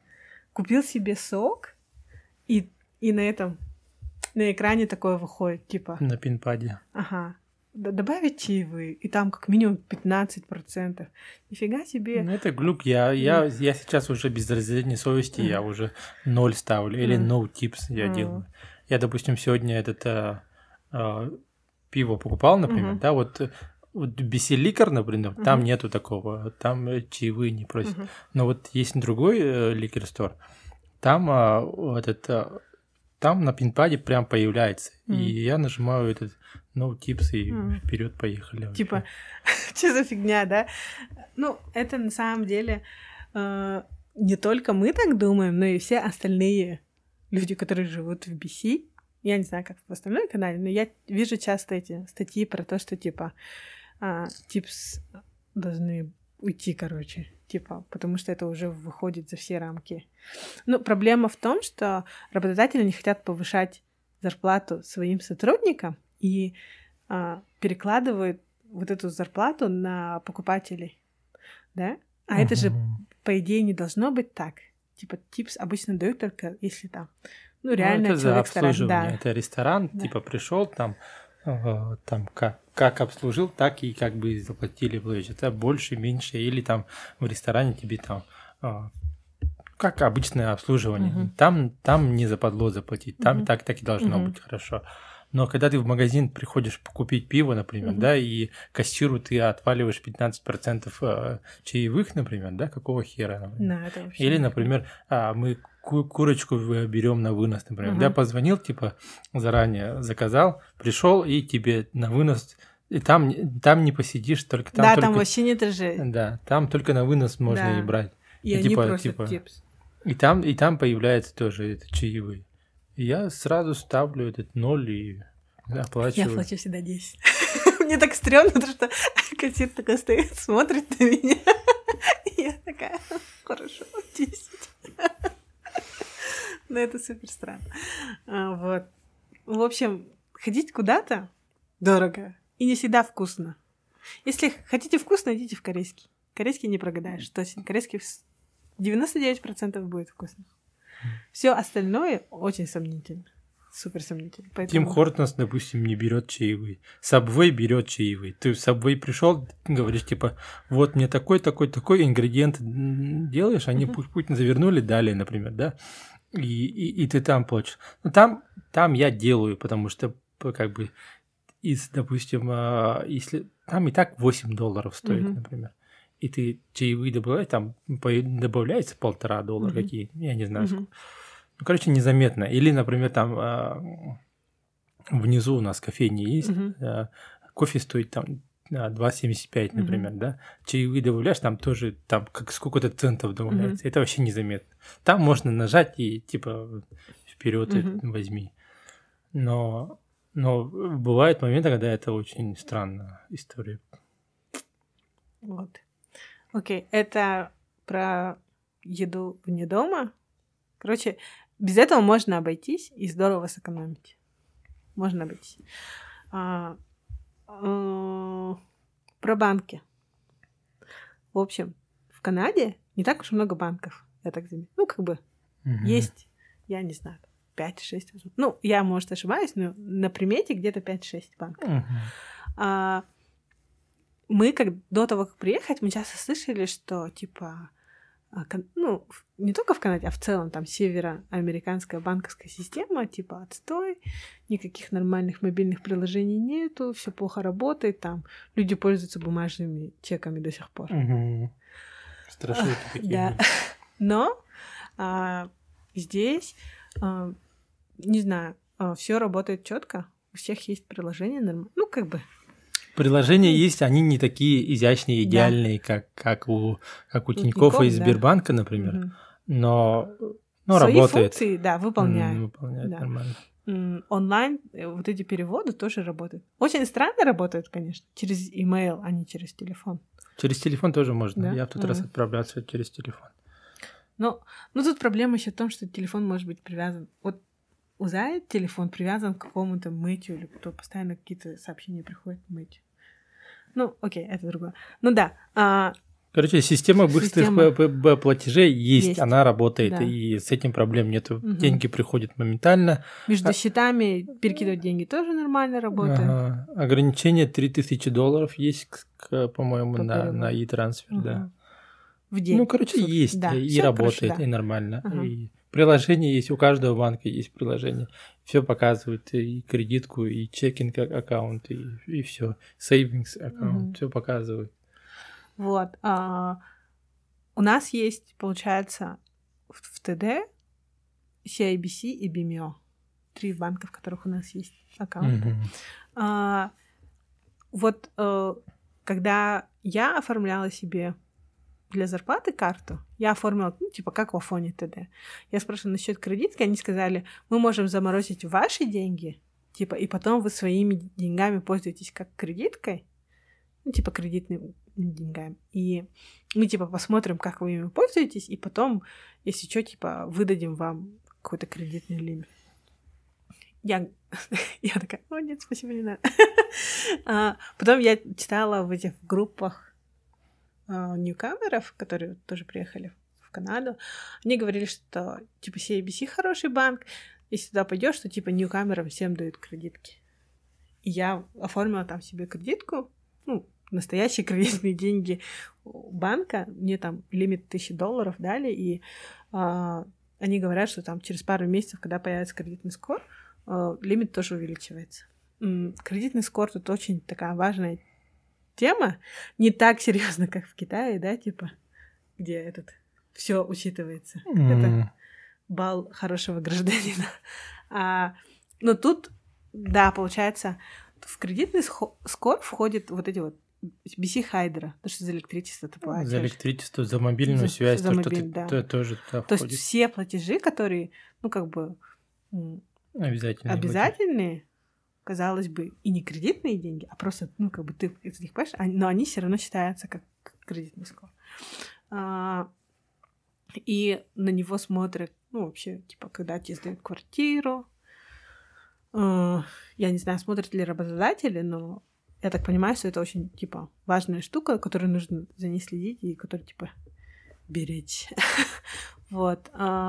купил себе сок, и, и на этом, на экране такое выходит, типа... На пинпаде. Ага. Добавить чаевые, и там как минимум пятнадцать процентов. Нифига себе. Ну, это глюк. Я, я, я сейчас уже без разделения совести, mm. я уже ноль ставлю. Или mm. no tips я mm. делаю. Я, допустим, сегодня этот а, а, пиво покупал, например, mm-hmm. да, вот, вот Беселикер, например, mm-hmm. там нету такого, там чаевые не просят. Mm-hmm. Но вот есть другой э, ликер-стор, там а, этот... А, там на пинпаде прям появляется. Mm. И я нажимаю этот no tips и mm. вперед поехали. Типа, что за фигня, да? Ну, это на самом деле э, не только мы так думаем, но и все остальные люди, которые живут в би си. Я не знаю, как в остальном канале, но я вижу часто эти статьи про то, что типа э, tips должны уйти, короче. Типа, потому что это уже выходит за все рамки. Ну, проблема в том, что работодатели не хотят повышать зарплату своим сотрудникам и а, перекладывают вот эту зарплату на покупателей, да? А uh-huh. это же, по идее, не должно быть так. Типа, типс обычно дают только если там, ну, реально ну, это человек за обслуживание. Да. Это ресторан, да. типа, пришел там, э, там как, как обслужил, так и как бы заплатили в лэдж. Это больше, меньше, или там в ресторане тебе там э, как обычное обслуживание. Uh-huh. Там, там не западло заплатить, там uh-huh. так, так и должно uh-huh. быть хорошо. Но когда ты в магазин приходишь купить пиво, например, uh-huh. да, и кассиру ты отваливаешь пятнадцать процентов чаевых, например, да, какого хера? Например? No, это Или, например, мы ку- курочку берем на вынос, например. Uh-huh. Да, позвонил, типа, заранее заказал, пришел и тебе на вынос... И там, там не посидишь, только там... Да, только, там вообще нет ржи. Да, там только на вынос можно да. и брать. И, и и они типа, просят типа, типс. И там, и там появляется тоже это чаевые. И я сразу ставлю этот ноль и оплачиваю. Я плачу всегда десять. Мне так стрёмно, потому что кассир такой стоит, смотрит на меня. И я такая, хорошо, десять. Но это супер странно. Вот. В общем, ходить куда-то дорого и не всегда вкусно. Если хотите вкусно, идите в корейский. Корейский не прогадаешь. Точно. Корейский девяносто девять процентов будет вкусно. Все остальное очень сомнительно. Супер сомнительно. Поэтому... Тим Хортонс, допустим, не берет чаевые. Subway берет чаевые. Ты в Subway пришел, говоришь, типа, вот мне такой, такой, такой ингредиент делаешь, они uh-huh. путь завернули, дали, например, да, и, и, и ты там получишь. Ну, там, там я делаю, потому что, как бы, из, допустим, если там и так восемь долларов стоит, uh-huh. например, и ты чаевые добавляешь, там добавляется полтора доллара uh-huh. какие, я не знаю, uh-huh. сколько. Ну, короче, незаметно. Или, например, там э, внизу у нас кофейня есть, uh-huh. э, кофе стоит там два семьдесят пять, например, uh-huh. да, чаевые добавляешь, там тоже там как сколько-то центов добавляется. Uh-huh. Это вообще незаметно. Там можно нажать и типа вперед uh-huh. возьми. Но, но бывают моменты, когда это очень странная история. Вот. Окей, это про еду вне дома. Короче, без этого можно обойтись и здорово сэкономить. Можно обойтись. А, а, про банки. В общем, в Канаде не так уж и много банков, я так заметила. Ну, как бы mm-hmm. есть, я не знаю, пять-шесть. Ну, я, может, ошибаюсь, но на примете где-то пять-шесть банков. Mm-hmm. А, мы, как до того, как приехать, мы часто слышали, что, типа, ну, не только в Канаде, а в целом там североамериканская банковская система, типа, отстой, никаких нормальных мобильных приложений нету, все плохо работает, там люди пользуются бумажными чеками до сих пор. Угу. Страшилки такие. Да. Но а, здесь, а, не знаю, а, все работает четко, у всех есть приложение нормально, ну, как бы. Приложения есть, они не такие изящные, идеальные, да. как, как у, как у Тинькоффа и Сбербанка, да. например, угу. но, но Свои работает. Свои функции, да, выполняет. М, выполняет да. нормально. М, онлайн вот эти переводы тоже работают. Очень странно работают, конечно, через имейл, а не через телефон. Через телефон тоже можно. Да? Я в тот mm. раз отправлялся через телефон. Но, но тут проблема еще в том, что телефон может быть привязан... Вот у Зая телефон привязан к какому-то Мэтью, или кто постоянно какие-то сообщения приходят к Мэтью. Ну, окей, это другое. Ну да. А... Короче, система быстрых система... платежей есть, есть, она работает, да. и с этим проблем нет. Угу. Деньги приходят моментально. Между а... счетами перекидывать деньги тоже нормально работает. Ага. Ограничение три тысячи долларов есть, к, по-моему, По на, на e-трансфер, угу. да. В день. Ну, короче, Сутки. есть, да. и Всё работает, короче, да. и нормально. Ага. И приложение есть, у каждого банка есть приложение. Все показывает, и кредитку, и чекинг аккаунт, и, и все. Сейвингс аккаунт, угу. все показывает. Вот. А, у нас есть, получается, в, в ТД си ай би си и би эм о. Три банка, в которых у нас есть аккаунты. Угу. А, вот а, когда я оформляла себе для зарплаты карту, я оформила, ну, типа, как в Афоне ТД. Я спрашивала насчет кредитки, они сказали, мы можем заморозить ваши деньги, типа, и потом вы своими деньгами пользуетесь как кредиткой, ну, типа, кредитными деньгами. И мы, типа, посмотрим, как вы ими пользуетесь, и потом, если что, типа, выдадим вам какой-то кредитный лимит. Я, я такая, о, нет, спасибо, не надо. а, потом я читала в этих группах ньюкамеров, которые тоже приехали в Канаду, они говорили, что, типа, си ай би си хороший банк, если туда пойдешь, то, типа, ньюкамерам всем дают кредитки. И я оформила там себе кредитку, ну, настоящие кредитные деньги банка, мне там лимит тысячи долларов дали, и а, они говорят, что там через пару месяцев, когда появится кредитный скор, а, лимит тоже увеличивается. М- кредитный скор тут очень такая важная тема, не так серьезно, как в Китае, да, типа, где этот все учитывается. Mm. Это балл хорошего гражданина. А, но тут, да, получается, в кредитный скор входит вот эти вот би си Хайдра, то, что за электричество ты платишь. За электричество, за мобильную за, связь, за то, мобиль, что да. ты тоже туда входит. То есть все платежи, которые, ну, как бы обязательные, обязательные казалось бы, и не кредитные деньги, а просто, ну, как бы ты из них понимаешь, но они все равно считаются как кредитный скор. А, и на него смотрят, ну, вообще, типа, когда тебе сдают квартиру. А, я не знаю, смотрят ли работодатели, но я так понимаю, что это очень, типа, важная штука, которой нужно за ней следить и которую, типа, беречь. Вот.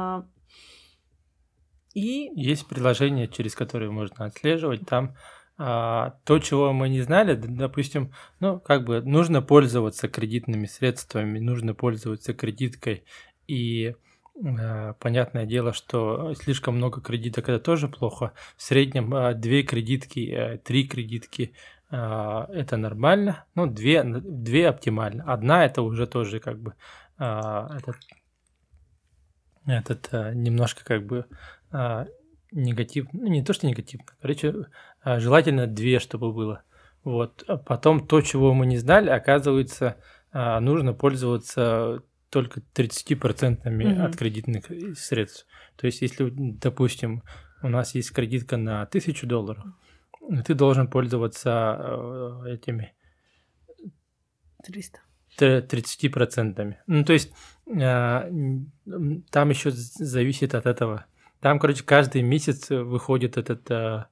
И... Есть приложение, через которое можно отслеживать. Там а, то, чего мы не знали, допустим, ну, как бы нужно пользоваться кредитными средствами, нужно пользоваться кредиткой. И а, понятное дело, что слишком много кредиток – это тоже плохо. В среднем а, две кредитки, а, три кредитки а, – это нормально. Ну, две, две оптимально. Одна – это уже тоже как бы а, этот, этот а, немножко как бы… А, негатив, ну не то, что негативно, короче, а, желательно две, чтобы было. Вот. А потом то, чего мы не знали, оказывается, а, нужно пользоваться только тридцать процентов mm-hmm. от кредитных средств. То есть, если, допустим, у нас есть кредитка на тысячу долларов, ты должен пользоваться э, этими триста тридцать процентами. Ну, то есть, а, там еще зависит от этого. Там, короче, каждый месяц выходит этот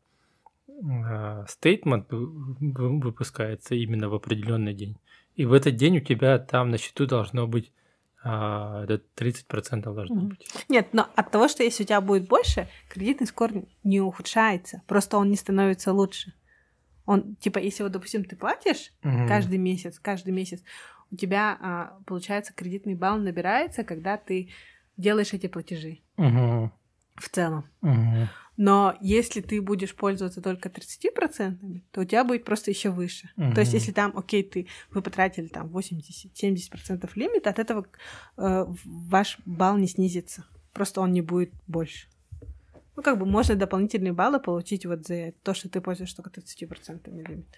стейтмент, uh, uh, выпускается именно в определенный день. И в этот день у тебя там на счету должно быть uh, тридцать процентов должно mm-hmm. быть. Нет, но от того, что если у тебя будет больше, кредитный скор не ухудшается, просто он не становится лучше. Он, типа, если вот, допустим, ты платишь mm-hmm. каждый месяц, каждый месяц, у тебя, uh, получается, кредитный балл набирается, когда ты делаешь эти платежи. Mm-hmm. В целом. Угу. Но если ты будешь пользоваться только тридцать процентов, то у тебя будет просто еще выше. Угу. То есть, если там, окей, ты, вы потратили там восемьдесят-семьдесят процентов лимит, от этого э, ваш балл не снизится. Просто он не будет больше. Ну, как бы можно дополнительные баллы получить вот за то, что ты пользуешься только тридцать процентов лимита.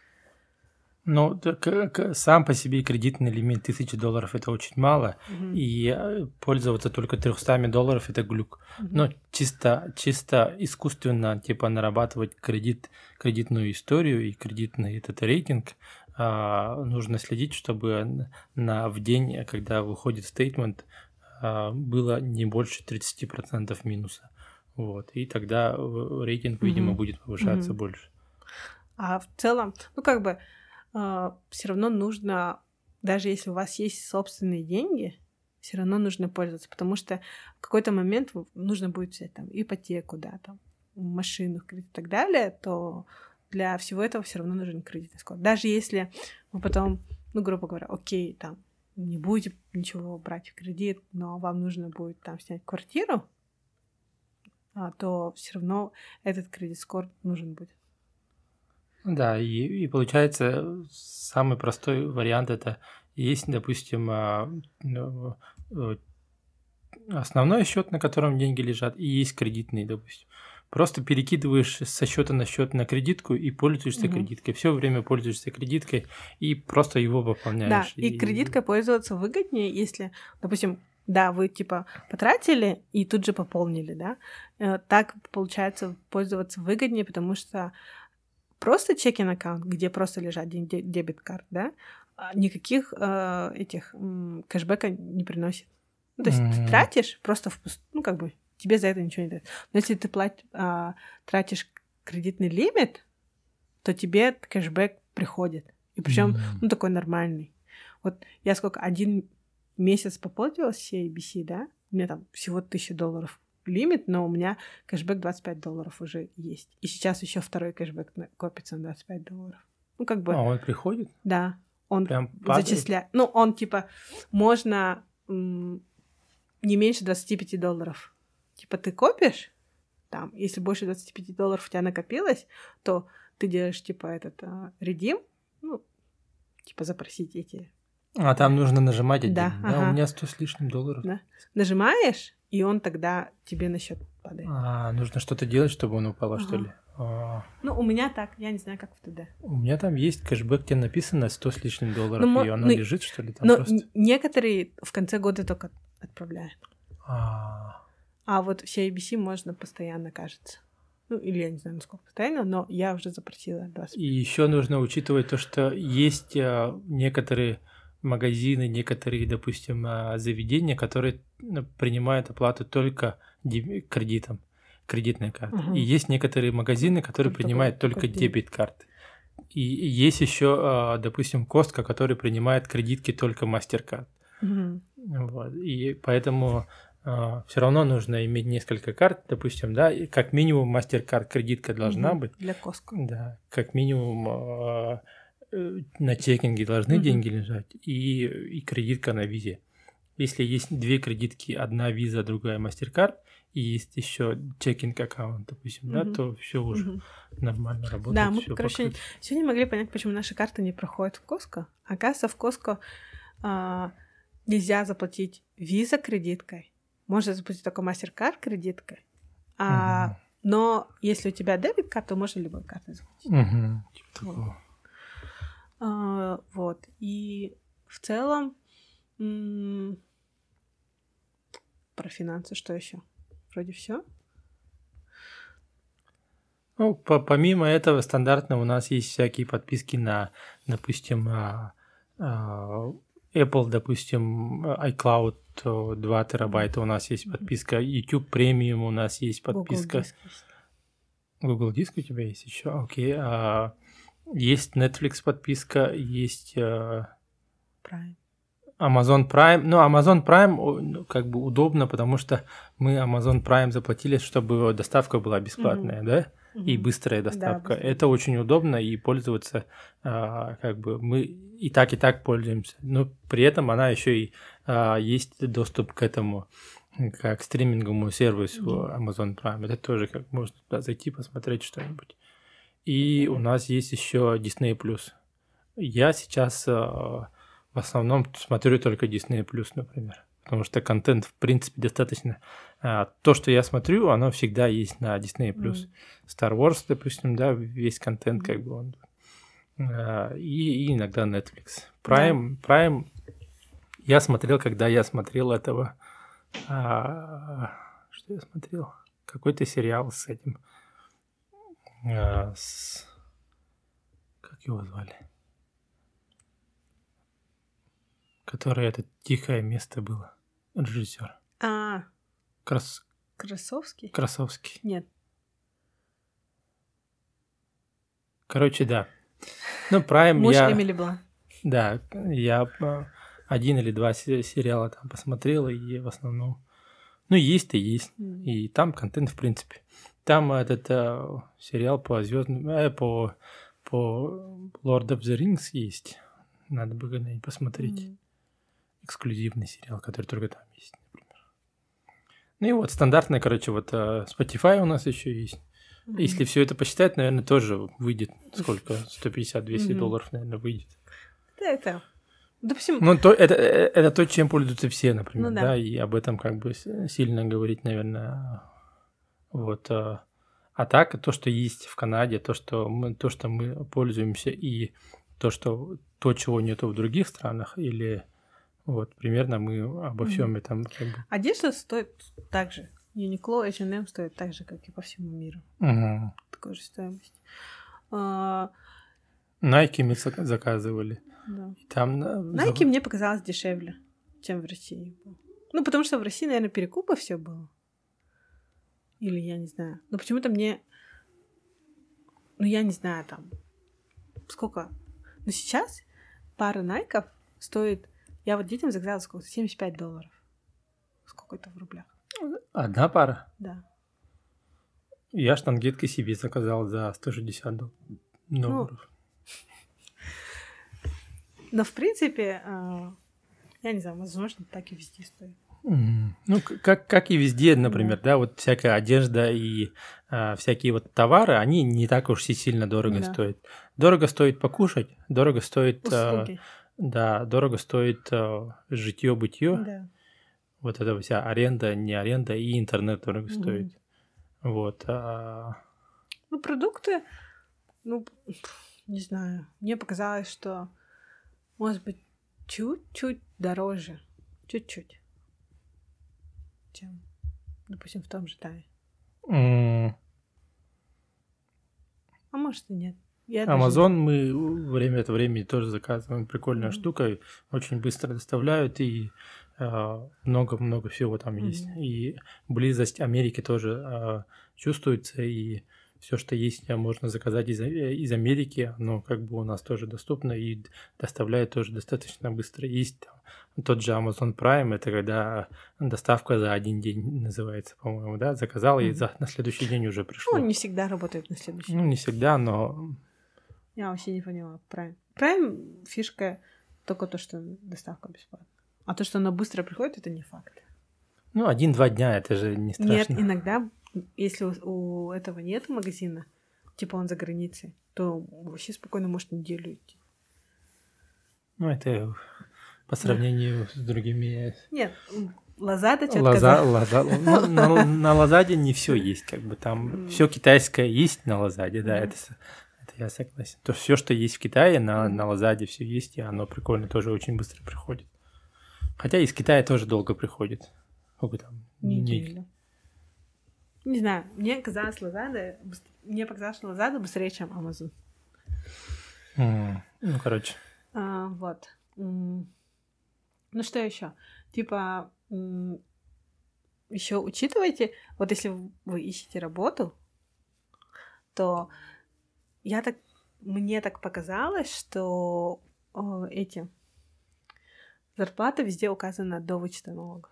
Ну, так, сам по себе кредитный лимит тысячи долларов – это очень мало, mm-hmm. и пользоваться только трехстами долларов – это глюк. Mm-hmm. Но чисто, чисто искусственно типа нарабатывать кредит, кредитную историю и кредитный этот рейтинг а, нужно следить, чтобы на, в день, когда выходит стейтмент, а, было не больше тридцать процентов минуса. Вот, и тогда рейтинг, видимо, mm-hmm. будет повышаться mm-hmm. больше. А в целом, ну как бы… Uh, все равно нужно, даже если у вас есть собственные деньги, все равно нужно пользоваться, потому что в какой-то момент нужно будет взять там ипотеку, да, там, машину, кредит и так далее, то для всего этого все равно нужен кредитный скор. Даже если вы потом, ну, грубо говоря, окей, там, не будете ничего брать в кредит, но вам нужно будет там снять квартиру, а, то все равно этот кредит-скор нужен будет. Да, и, и получается, самый простой вариант это есть, допустим, основной счет, на котором деньги лежат, и есть кредитный, допустим. Просто перекидываешь со счета на счет на кредитку и пользуешься угу. кредиткой. Все время пользуешься кредиткой и просто его пополняешь. Да, и, и кредиткой пользоваться выгоднее, если, допустим, да, вы типа потратили и тут же пополнили, да. Так получается пользоваться выгоднее, потому что просто чекинг-аккаунт, где просто лежат деньги, дебет-карт, да, никаких э, этих м, кэшбэка не приносит. Ну, то есть mm-hmm. ты тратишь просто в пуст... ну, как бы тебе за это ничего не дает. Но если ты плат... а, тратишь кредитный лимит, то тебе кэшбэк приходит. И причем mm-hmm. ну, такой нормальный. Вот я сколько, один месяц попользовалась си эй би си, да, у меня там всего тысяча долларов лимит, но у меня кэшбэк двадцать пять долларов уже есть. И сейчас еще второй кэшбэк копится на двадцать пять долларов. Ну, как бы... А он приходит? Да. Он прям зачисляет. Ну, он, типа, можно м- не меньше двадцать пять долларов. Типа, ты копишь, там, если больше двадцать пять долларов у тебя накопилось, то ты делаешь, типа, этот а, редим, ну, типа, запросить эти... А там нужно нажимать один. Да, да ага. У меня сто с лишним долларов. Да. Нажимаешь, и он тогда тебе на счет падает. А, нужно что-то делать, чтобы он упал, ага. что ли? А... Ну, у меня так, я не знаю, как в ТД. У меня там есть кэшбэк, где написано сто с лишним долларов, ну, и оно ну, лежит, что ли, там но просто? Некоторые в конце года только отправляют. А, а вот в си эй би си можно постоянно, кажется. Ну, или я не знаю, насколько постоянно, но я уже запросила двадцать. И еще нужно учитывать то, что есть а, некоторые магазины, некоторые, допустим, а, заведения, которые принимают оплату только деб- кредитом, кредитной картой. Uh-huh. И есть некоторые магазины, которые Тут принимают такой, только такой дебет-карты. И есть еще, допустим, Костко, который принимает кредитки только MasterCard. Мгм. Вот. И поэтому все равно нужно иметь несколько карт, допустим, да, и как минимум MasterCard кредитка должна Мгм. быть. Для Costco. Да, как минимум а, э, на чекинге должны Мгм. деньги лежать и, и кредитка на визе. Если есть две кредитки, одна виза, другая MasterCard, и есть еще чекинг аккаунт, допустим, да, Мгм. то все уже Мгм. нормально работает. Да, мы, всё короче, покрыто. сегодня могли понять, почему наши карты не проходят в Costco. Оказывается, в Costco а, нельзя заплатить виза кредиткой. Можно заплатить только MasterCard кредиткой. А, Мгм. но если у тебя дебет-карта, то можно любой картой заплатить. Мгм. Типа Вот. такого. А, вот. И в целом м, про финансы что еще? Вроде все. Ну, по- помимо этого, стандартно у нас есть всякие подписки на, допустим, а, а, Apple, допустим, iCloud э, два терабайта у нас есть подписка, YouTube Premium у нас есть Google подписка. Диск есть. Google Диск у тебя есть еще? Окей. А, есть Netflix подписка, есть э, Prime. Amazon Prime. Ну, Amazon Prime о, ну, как бы удобно, потому что мы Amazon Prime заплатили, чтобы доставка была бесплатная, да? И Мгм. быстрая Да, доставка. быстрая. Это очень удобно, и пользоваться а, как бы мы и так, и так пользуемся. Но при этом она еще и а, есть доступ к этому, как стриминговому сервису Мгм. Amazon Prime. Это тоже как можно туда зайти, посмотреть что-нибудь. И у нас есть еще Disney+. Я сейчас а, в основном смотрю только Disney+, например. Потому что контент, в принципе, достаточно... а, то, что я смотрю, оно всегда есть на Disney+. Мгм. Star Wars, допустим, да, весь контент Мгм. как бы он... а, и, и иногда Netflix. Да. Prime, Prime я смотрел, когда я смотрел этого... а, что я смотрел? Какой-то сериал с этим... а, с... Как его звали? Которое это «Тихое место» было. Режиссер. А, Крас... Красовский? Красовский. Нет. Короче, да. Ну, Prime Муж я... Эмили Блант. Да, я а, один или два се- сериала там посмотрел, и в основном... Ну, есть-то есть. М. И там контент, в принципе. Там этот а, сериал по звездным... э, по, по Lord of the Rings есть. Надо бы когда-нибудь посмотреть. М. Эксклюзивный сериал, который только там есть, например. Ну и вот стандартная, короче, вот а, Spotify у нас еще есть. Мгм. Если все это посчитать, наверное, тоже выйдет сколько? сто пятьдесят - двести Мгм. долларов, наверное, выйдет. Да, это... Допустим, Ну, то, это, э, это то, чем пользуются все, например, Ну да. да. и об этом как бы с- сильно говорить, наверное, вот. а, А так, то, что есть в Канаде, то, что мы, то, что мы пользуемся, и то, что то, чего нету в других странах, или вот примерно мы обо Мгм. всем этом как бы. одежда стоит так же. Uniqlo, эйч энд эм стоит так же, как и по всему миру. Мгм. Такой же стоимость. А, Nike мы зак- заказывали. да. И там на- Nike мне показалось дешевле, чем в России было. Ну, потому что в России, наверное, перекупа все было. Или я не знаю. Но почему-то мне... Ну, я не знаю, там... Сколько? Но сейчас пара найков стоит... Я вот детям заказала сколько? семьдесят пять долларов. Сколько это в рублях? одна пара. Да. Я штангетки себе заказал за сто шестьдесят дол- долларов. Но, в принципе, а, я не знаю, возможно, так и везде стоит. Мгм. Ну, к- как, как и везде, например, да, вот всякая одежда и а, всякие вот товары, они не так уж и сильно дорого Да. стоят. Дорого стоит покушать, дорого стоит, а, Услуги. да, дорого стоит житье-бытие, Да. вот эта вся аренда, не аренда, и интернет дорого Мгм. стоит. Вот. а, Ну, продукты, ну, не знаю. Мне показалось, что, может быть, чуть-чуть дороже. Чуть-чуть. Чем, допустим, в том же Тае. м, А может и нет. Я даже не Amazon знаю. мы время от времени тоже заказываем. Прикольная Мгм. штука. Очень быстро доставляют, и а, много-много всего там есть. Мгм. И близость Америки тоже а, чувствуется, и все, что есть, можно заказать из, из Америки, оно как бы у нас тоже доступно и доставляет тоже достаточно быстро. Есть там тот же Amazon Prime, это когда доставка за один день называется, по-моему, да, заказал, mm-hmm. и за, на следующий день уже пришло. Ну, не всегда работает на следующий день. Ну, не всегда, но... Я вообще не поняла. Prime. Prime фишка только то, что доставка бесплатная. А то, что она быстро приходит, это не факт. Ну, один-два дня, это же не страшно. Нет, иногда, если у, у этого нет магазина, типа он за границей, то вообще спокойно может неделю идти. Ну, это по сравнению с другими... Нет, Лазада четко... Лаза, Лаза, ну, на, на Лазаде не все есть, как бы там все китайское есть на Лазаде, да, это, это я согласен. То все, что есть в Китае, на, на Лазаде все есть, и оно прикольно, тоже очень быстро приходит. Хотя из Китая тоже долго приходит. Сколько там? Неделю. Не знаю, мне казалось Лазада, мне показалось, что Лазада быстрее, чем Amazon. Mm, ну, короче. А, вот. Ну, что еще? Типа, еще учитывайте, вот если вы ищете работу, то я так, мне так показалось, что о, эти зарплата везде указана до вычета налогов.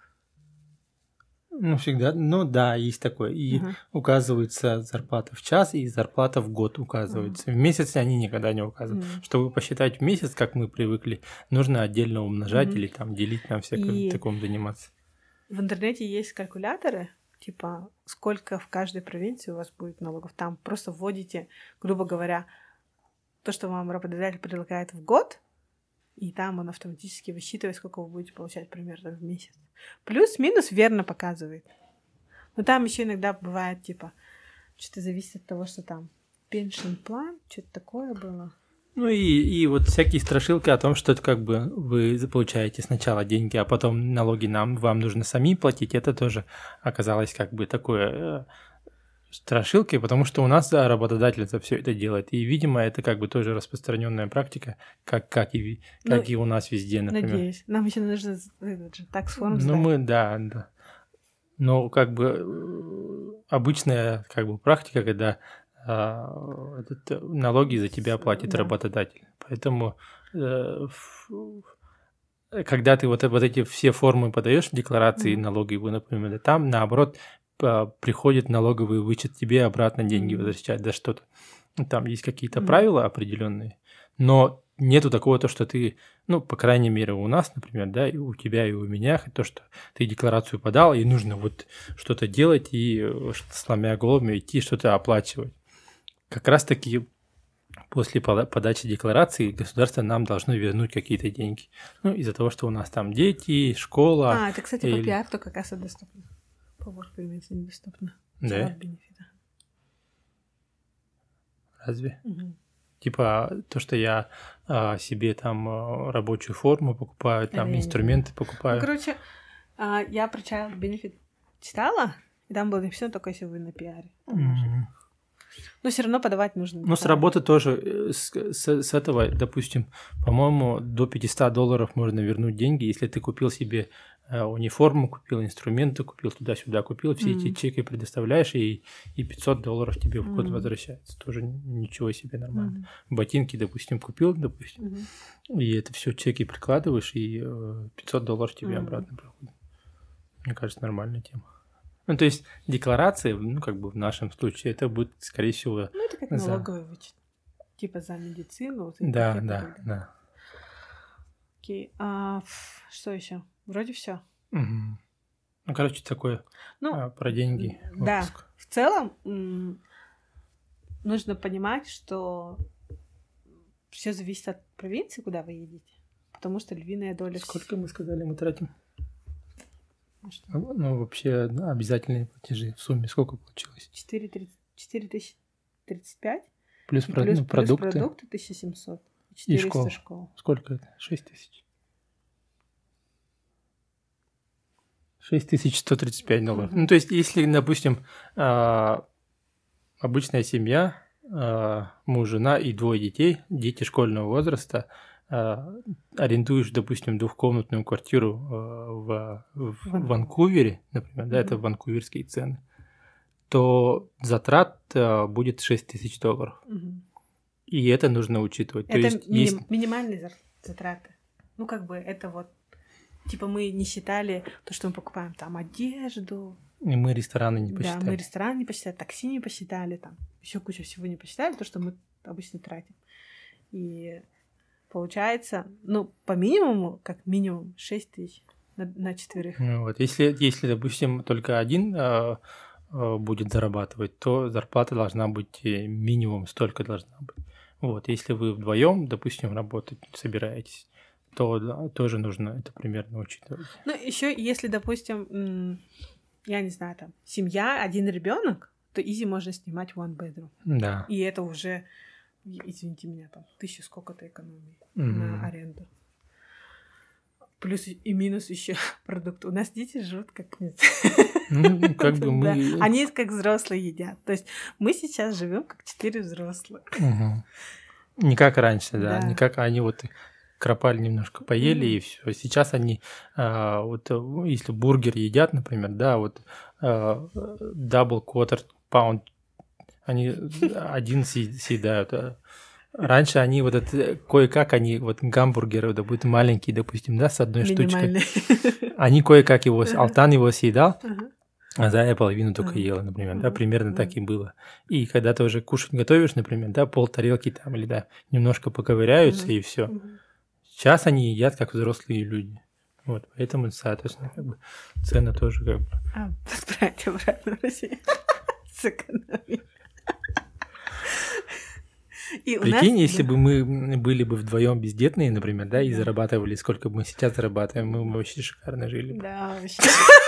Ну, всегда, ну да, есть такое. И uh-huh. указывается зарплата в час, и зарплата в год указывается. Uh-huh. В месяц они никогда не указывают. Uh-huh. Чтобы посчитать в месяц, как мы привыкли, нужно отдельно умножать uh-huh. или там делить, нам всяким и таком заниматься. В интернете есть калькуляторы, типа, сколько в каждой провинции у вас будет налогов. Там просто вводите, грубо говоря, то, что вам работодатель предлагает в год, и там он автоматически высчитывает, сколько вы будете получать примерно в месяц. Плюс-минус верно показывает. Но там еще иногда бывает, типа, что-то зависит от того, что там pension plan, что-то такое было. Ну и, и вот всякие страшилки о том, что это как бы вы получаете сначала деньги, а потом налоги нам, вам нужно сами платить, это тоже оказалось как бы такое... страшилкой, потому что у нас да, работодатель за все это делает. И, видимо, это как бы тоже распространенная практика, как, как, и, как ну, и у нас везде, например. Надеюсь. Нам еще нужно tax form Ну, мы, да, да. Но как бы обычная как бы практика, когда а, это, налоги за тебя платит да. работодатель. Поэтому э, когда ты вот, вот эти все формы подаешь, декларации mm-hmm. налоговые, например, там, наоборот, приходит налоговый вычет, тебе обратно деньги mm-hmm. возвращать за что-то. Там есть какие-то mm-hmm. правила определенные, но нету такого, то, что ты, ну, по крайней мере, у нас, например, да, и у тебя, и у меня, то, что ты декларацию подал, и нужно вот что-то делать, и сломя голову идти что-то оплачивать. Как раз-таки после подачи декларации государство нам должно вернуть какие-то деньги. Ну, из-за того, что у нас там дети, школа. А, это, кстати, или... по пиар только касса доступна. По work-permit недоступно. Да? Разве? Угу. Типа то, что я а, себе там а, рабочую форму покупаю, там это инструменты покупаю. Ну, короче, а, я про child benefit читала, и там было написано только если вы на пиаре. Mm-hmm. Но все равно подавать нужно. Ну, с работы тоже, с, с, с этого, допустим, по-моему, до пятьсот долларов можно вернуть деньги, если ты купил себе э, униформу, купил инструменты, купил туда-сюда, купил, все mm-hmm. эти чеки предоставляешь, и, и пятьсот долларов тебе в год mm-hmm. возвращается. Тоже ничего себе, нормально. Mm-hmm. Ботинки, допустим, купил, допустим, mm-hmm. и это все чеки прикладываешь, и э, пятьсот долларов тебе mm-hmm. обратно приходит. Мне кажется, нормальная тема. Ну, то есть декларации, ну, как бы в нашем случае, это будет, скорее всего... Ну, это как за... налоговый вычет. Типа за медицину. За да, да, да. Окей. А, что еще? Вроде все. Угу. Ну, короче, такое ну, а, про деньги. Да, выпуск. В целом м- нужно понимать, что все зависит от провинции, куда вы едете. Потому что львиная доля... Сколько мы сказали, мы тратим? Ну, ну, вообще, да, обязательные платежи в сумме сколько получилось? четыре тысячи тридцать пять. Плюс, про, плюс, ну, продукты. Плюс продукты тысяча семьсот. И школа. школа. Сколько это? шесть тысяч. шесть тысяч сто тридцать пять долларов. Uh-huh. Ну, то есть, если, допустим, обычная семья, муж, жена и двое детей, дети школьного возраста, арендуешь, допустим, двухкомнатную квартиру в, в Ванкувере, например, да, mm-hmm. это ванкуверские цены, то затрат а, будет шесть тысяч долларов. Мгм. И это нужно учитывать. То Это есть, миним- есть... минимальные зар- затраты. Ну, как бы это вот... Типа мы не считали то, что мы покупаем там одежду. И мы рестораны не Да, посчитали. мы ресторан не посчитали, такси не посчитали, там еще куча всего не посчитали, то, что мы обычно тратим. И получается, ну, по минимуму, как минимум, шесть тысяч на, на четверых. Ну вот. Если, если, допустим, только один а, а, будет зарабатывать, то зарплата должна быть э, минимум столько должна быть. Вот. Если вы вдвоем, допустим, работать собираетесь, то да, тоже нужно это примерно учитывать. Ну, еще если, допустим, м, я не знаю, там, семья, один ребенок, то изи можно снимать one bedroom. Да. И это уже, извините меня, там, тысячу сколько-то экономии Мгм. на аренду. Плюс и минус еще продукт. У нас дети живут как нет. Ну, как бы Да. мы... Они как взрослые едят. То есть мы сейчас живем как четыре взрослых. Мгм. Не как раньше, да. Да. Не как они вот кропали немножко, поели Мгм. и все. Сейчас они, а, вот э, если бургер едят, например, да, вот а, double quarter pound, они один съ- съедают. а Раньше они вот это, кое-как они, вот гамбургеры, да, будут маленькие, допустим, да, с одной штучкой. Минимальные. Они кое-как его, с- Алтан его съедал, Ага. а Зая половину только Ага. ела, например, да, Мгм. примерно так Мгм. и было. И когда ты уже кушать готовишь, например, да, пол тарелки там или да, немножко поковыряются Мгм. и все. Мгм. Сейчас они едят как взрослые люди. Вот, поэтому, соответственно, как бы цены тоже как бы... А, отправить обратно в Россию. Сэкономить. И у нас... Прикинь, если да. бы мы были бы вдвоем бездетные, например, да, и Да. зарабатывали, сколько бы мы сейчас зарабатываем, мы бы вообще шикарно жили бы. Да, вообще.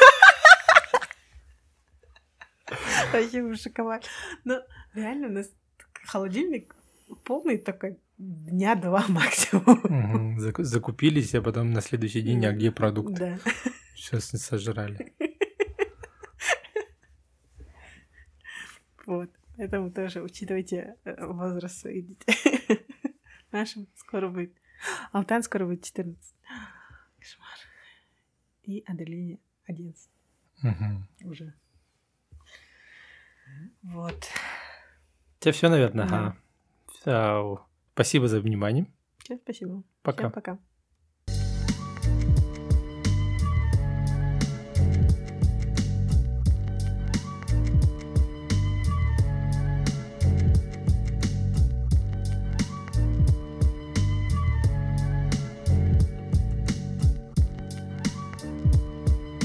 Вообще бы шоковать. Ну, реально, у нас холодильник полный такой дня два максимум. Мгм. Заку- Закупились, а потом на следующий день, а где продукты? Да. Сейчас сожрали. Вот. Поэтому тоже учитывайте э, возраст своих детей. Нашим скоро будет. Алтан скоро будет четырнадцать. Кошмар. И Аделине одиннадцать Мгм. уже. Вот. У тебя все, наверное? Да. Ага. А, Спасибо за внимание. Всем спасибо. Пока. Всем пока.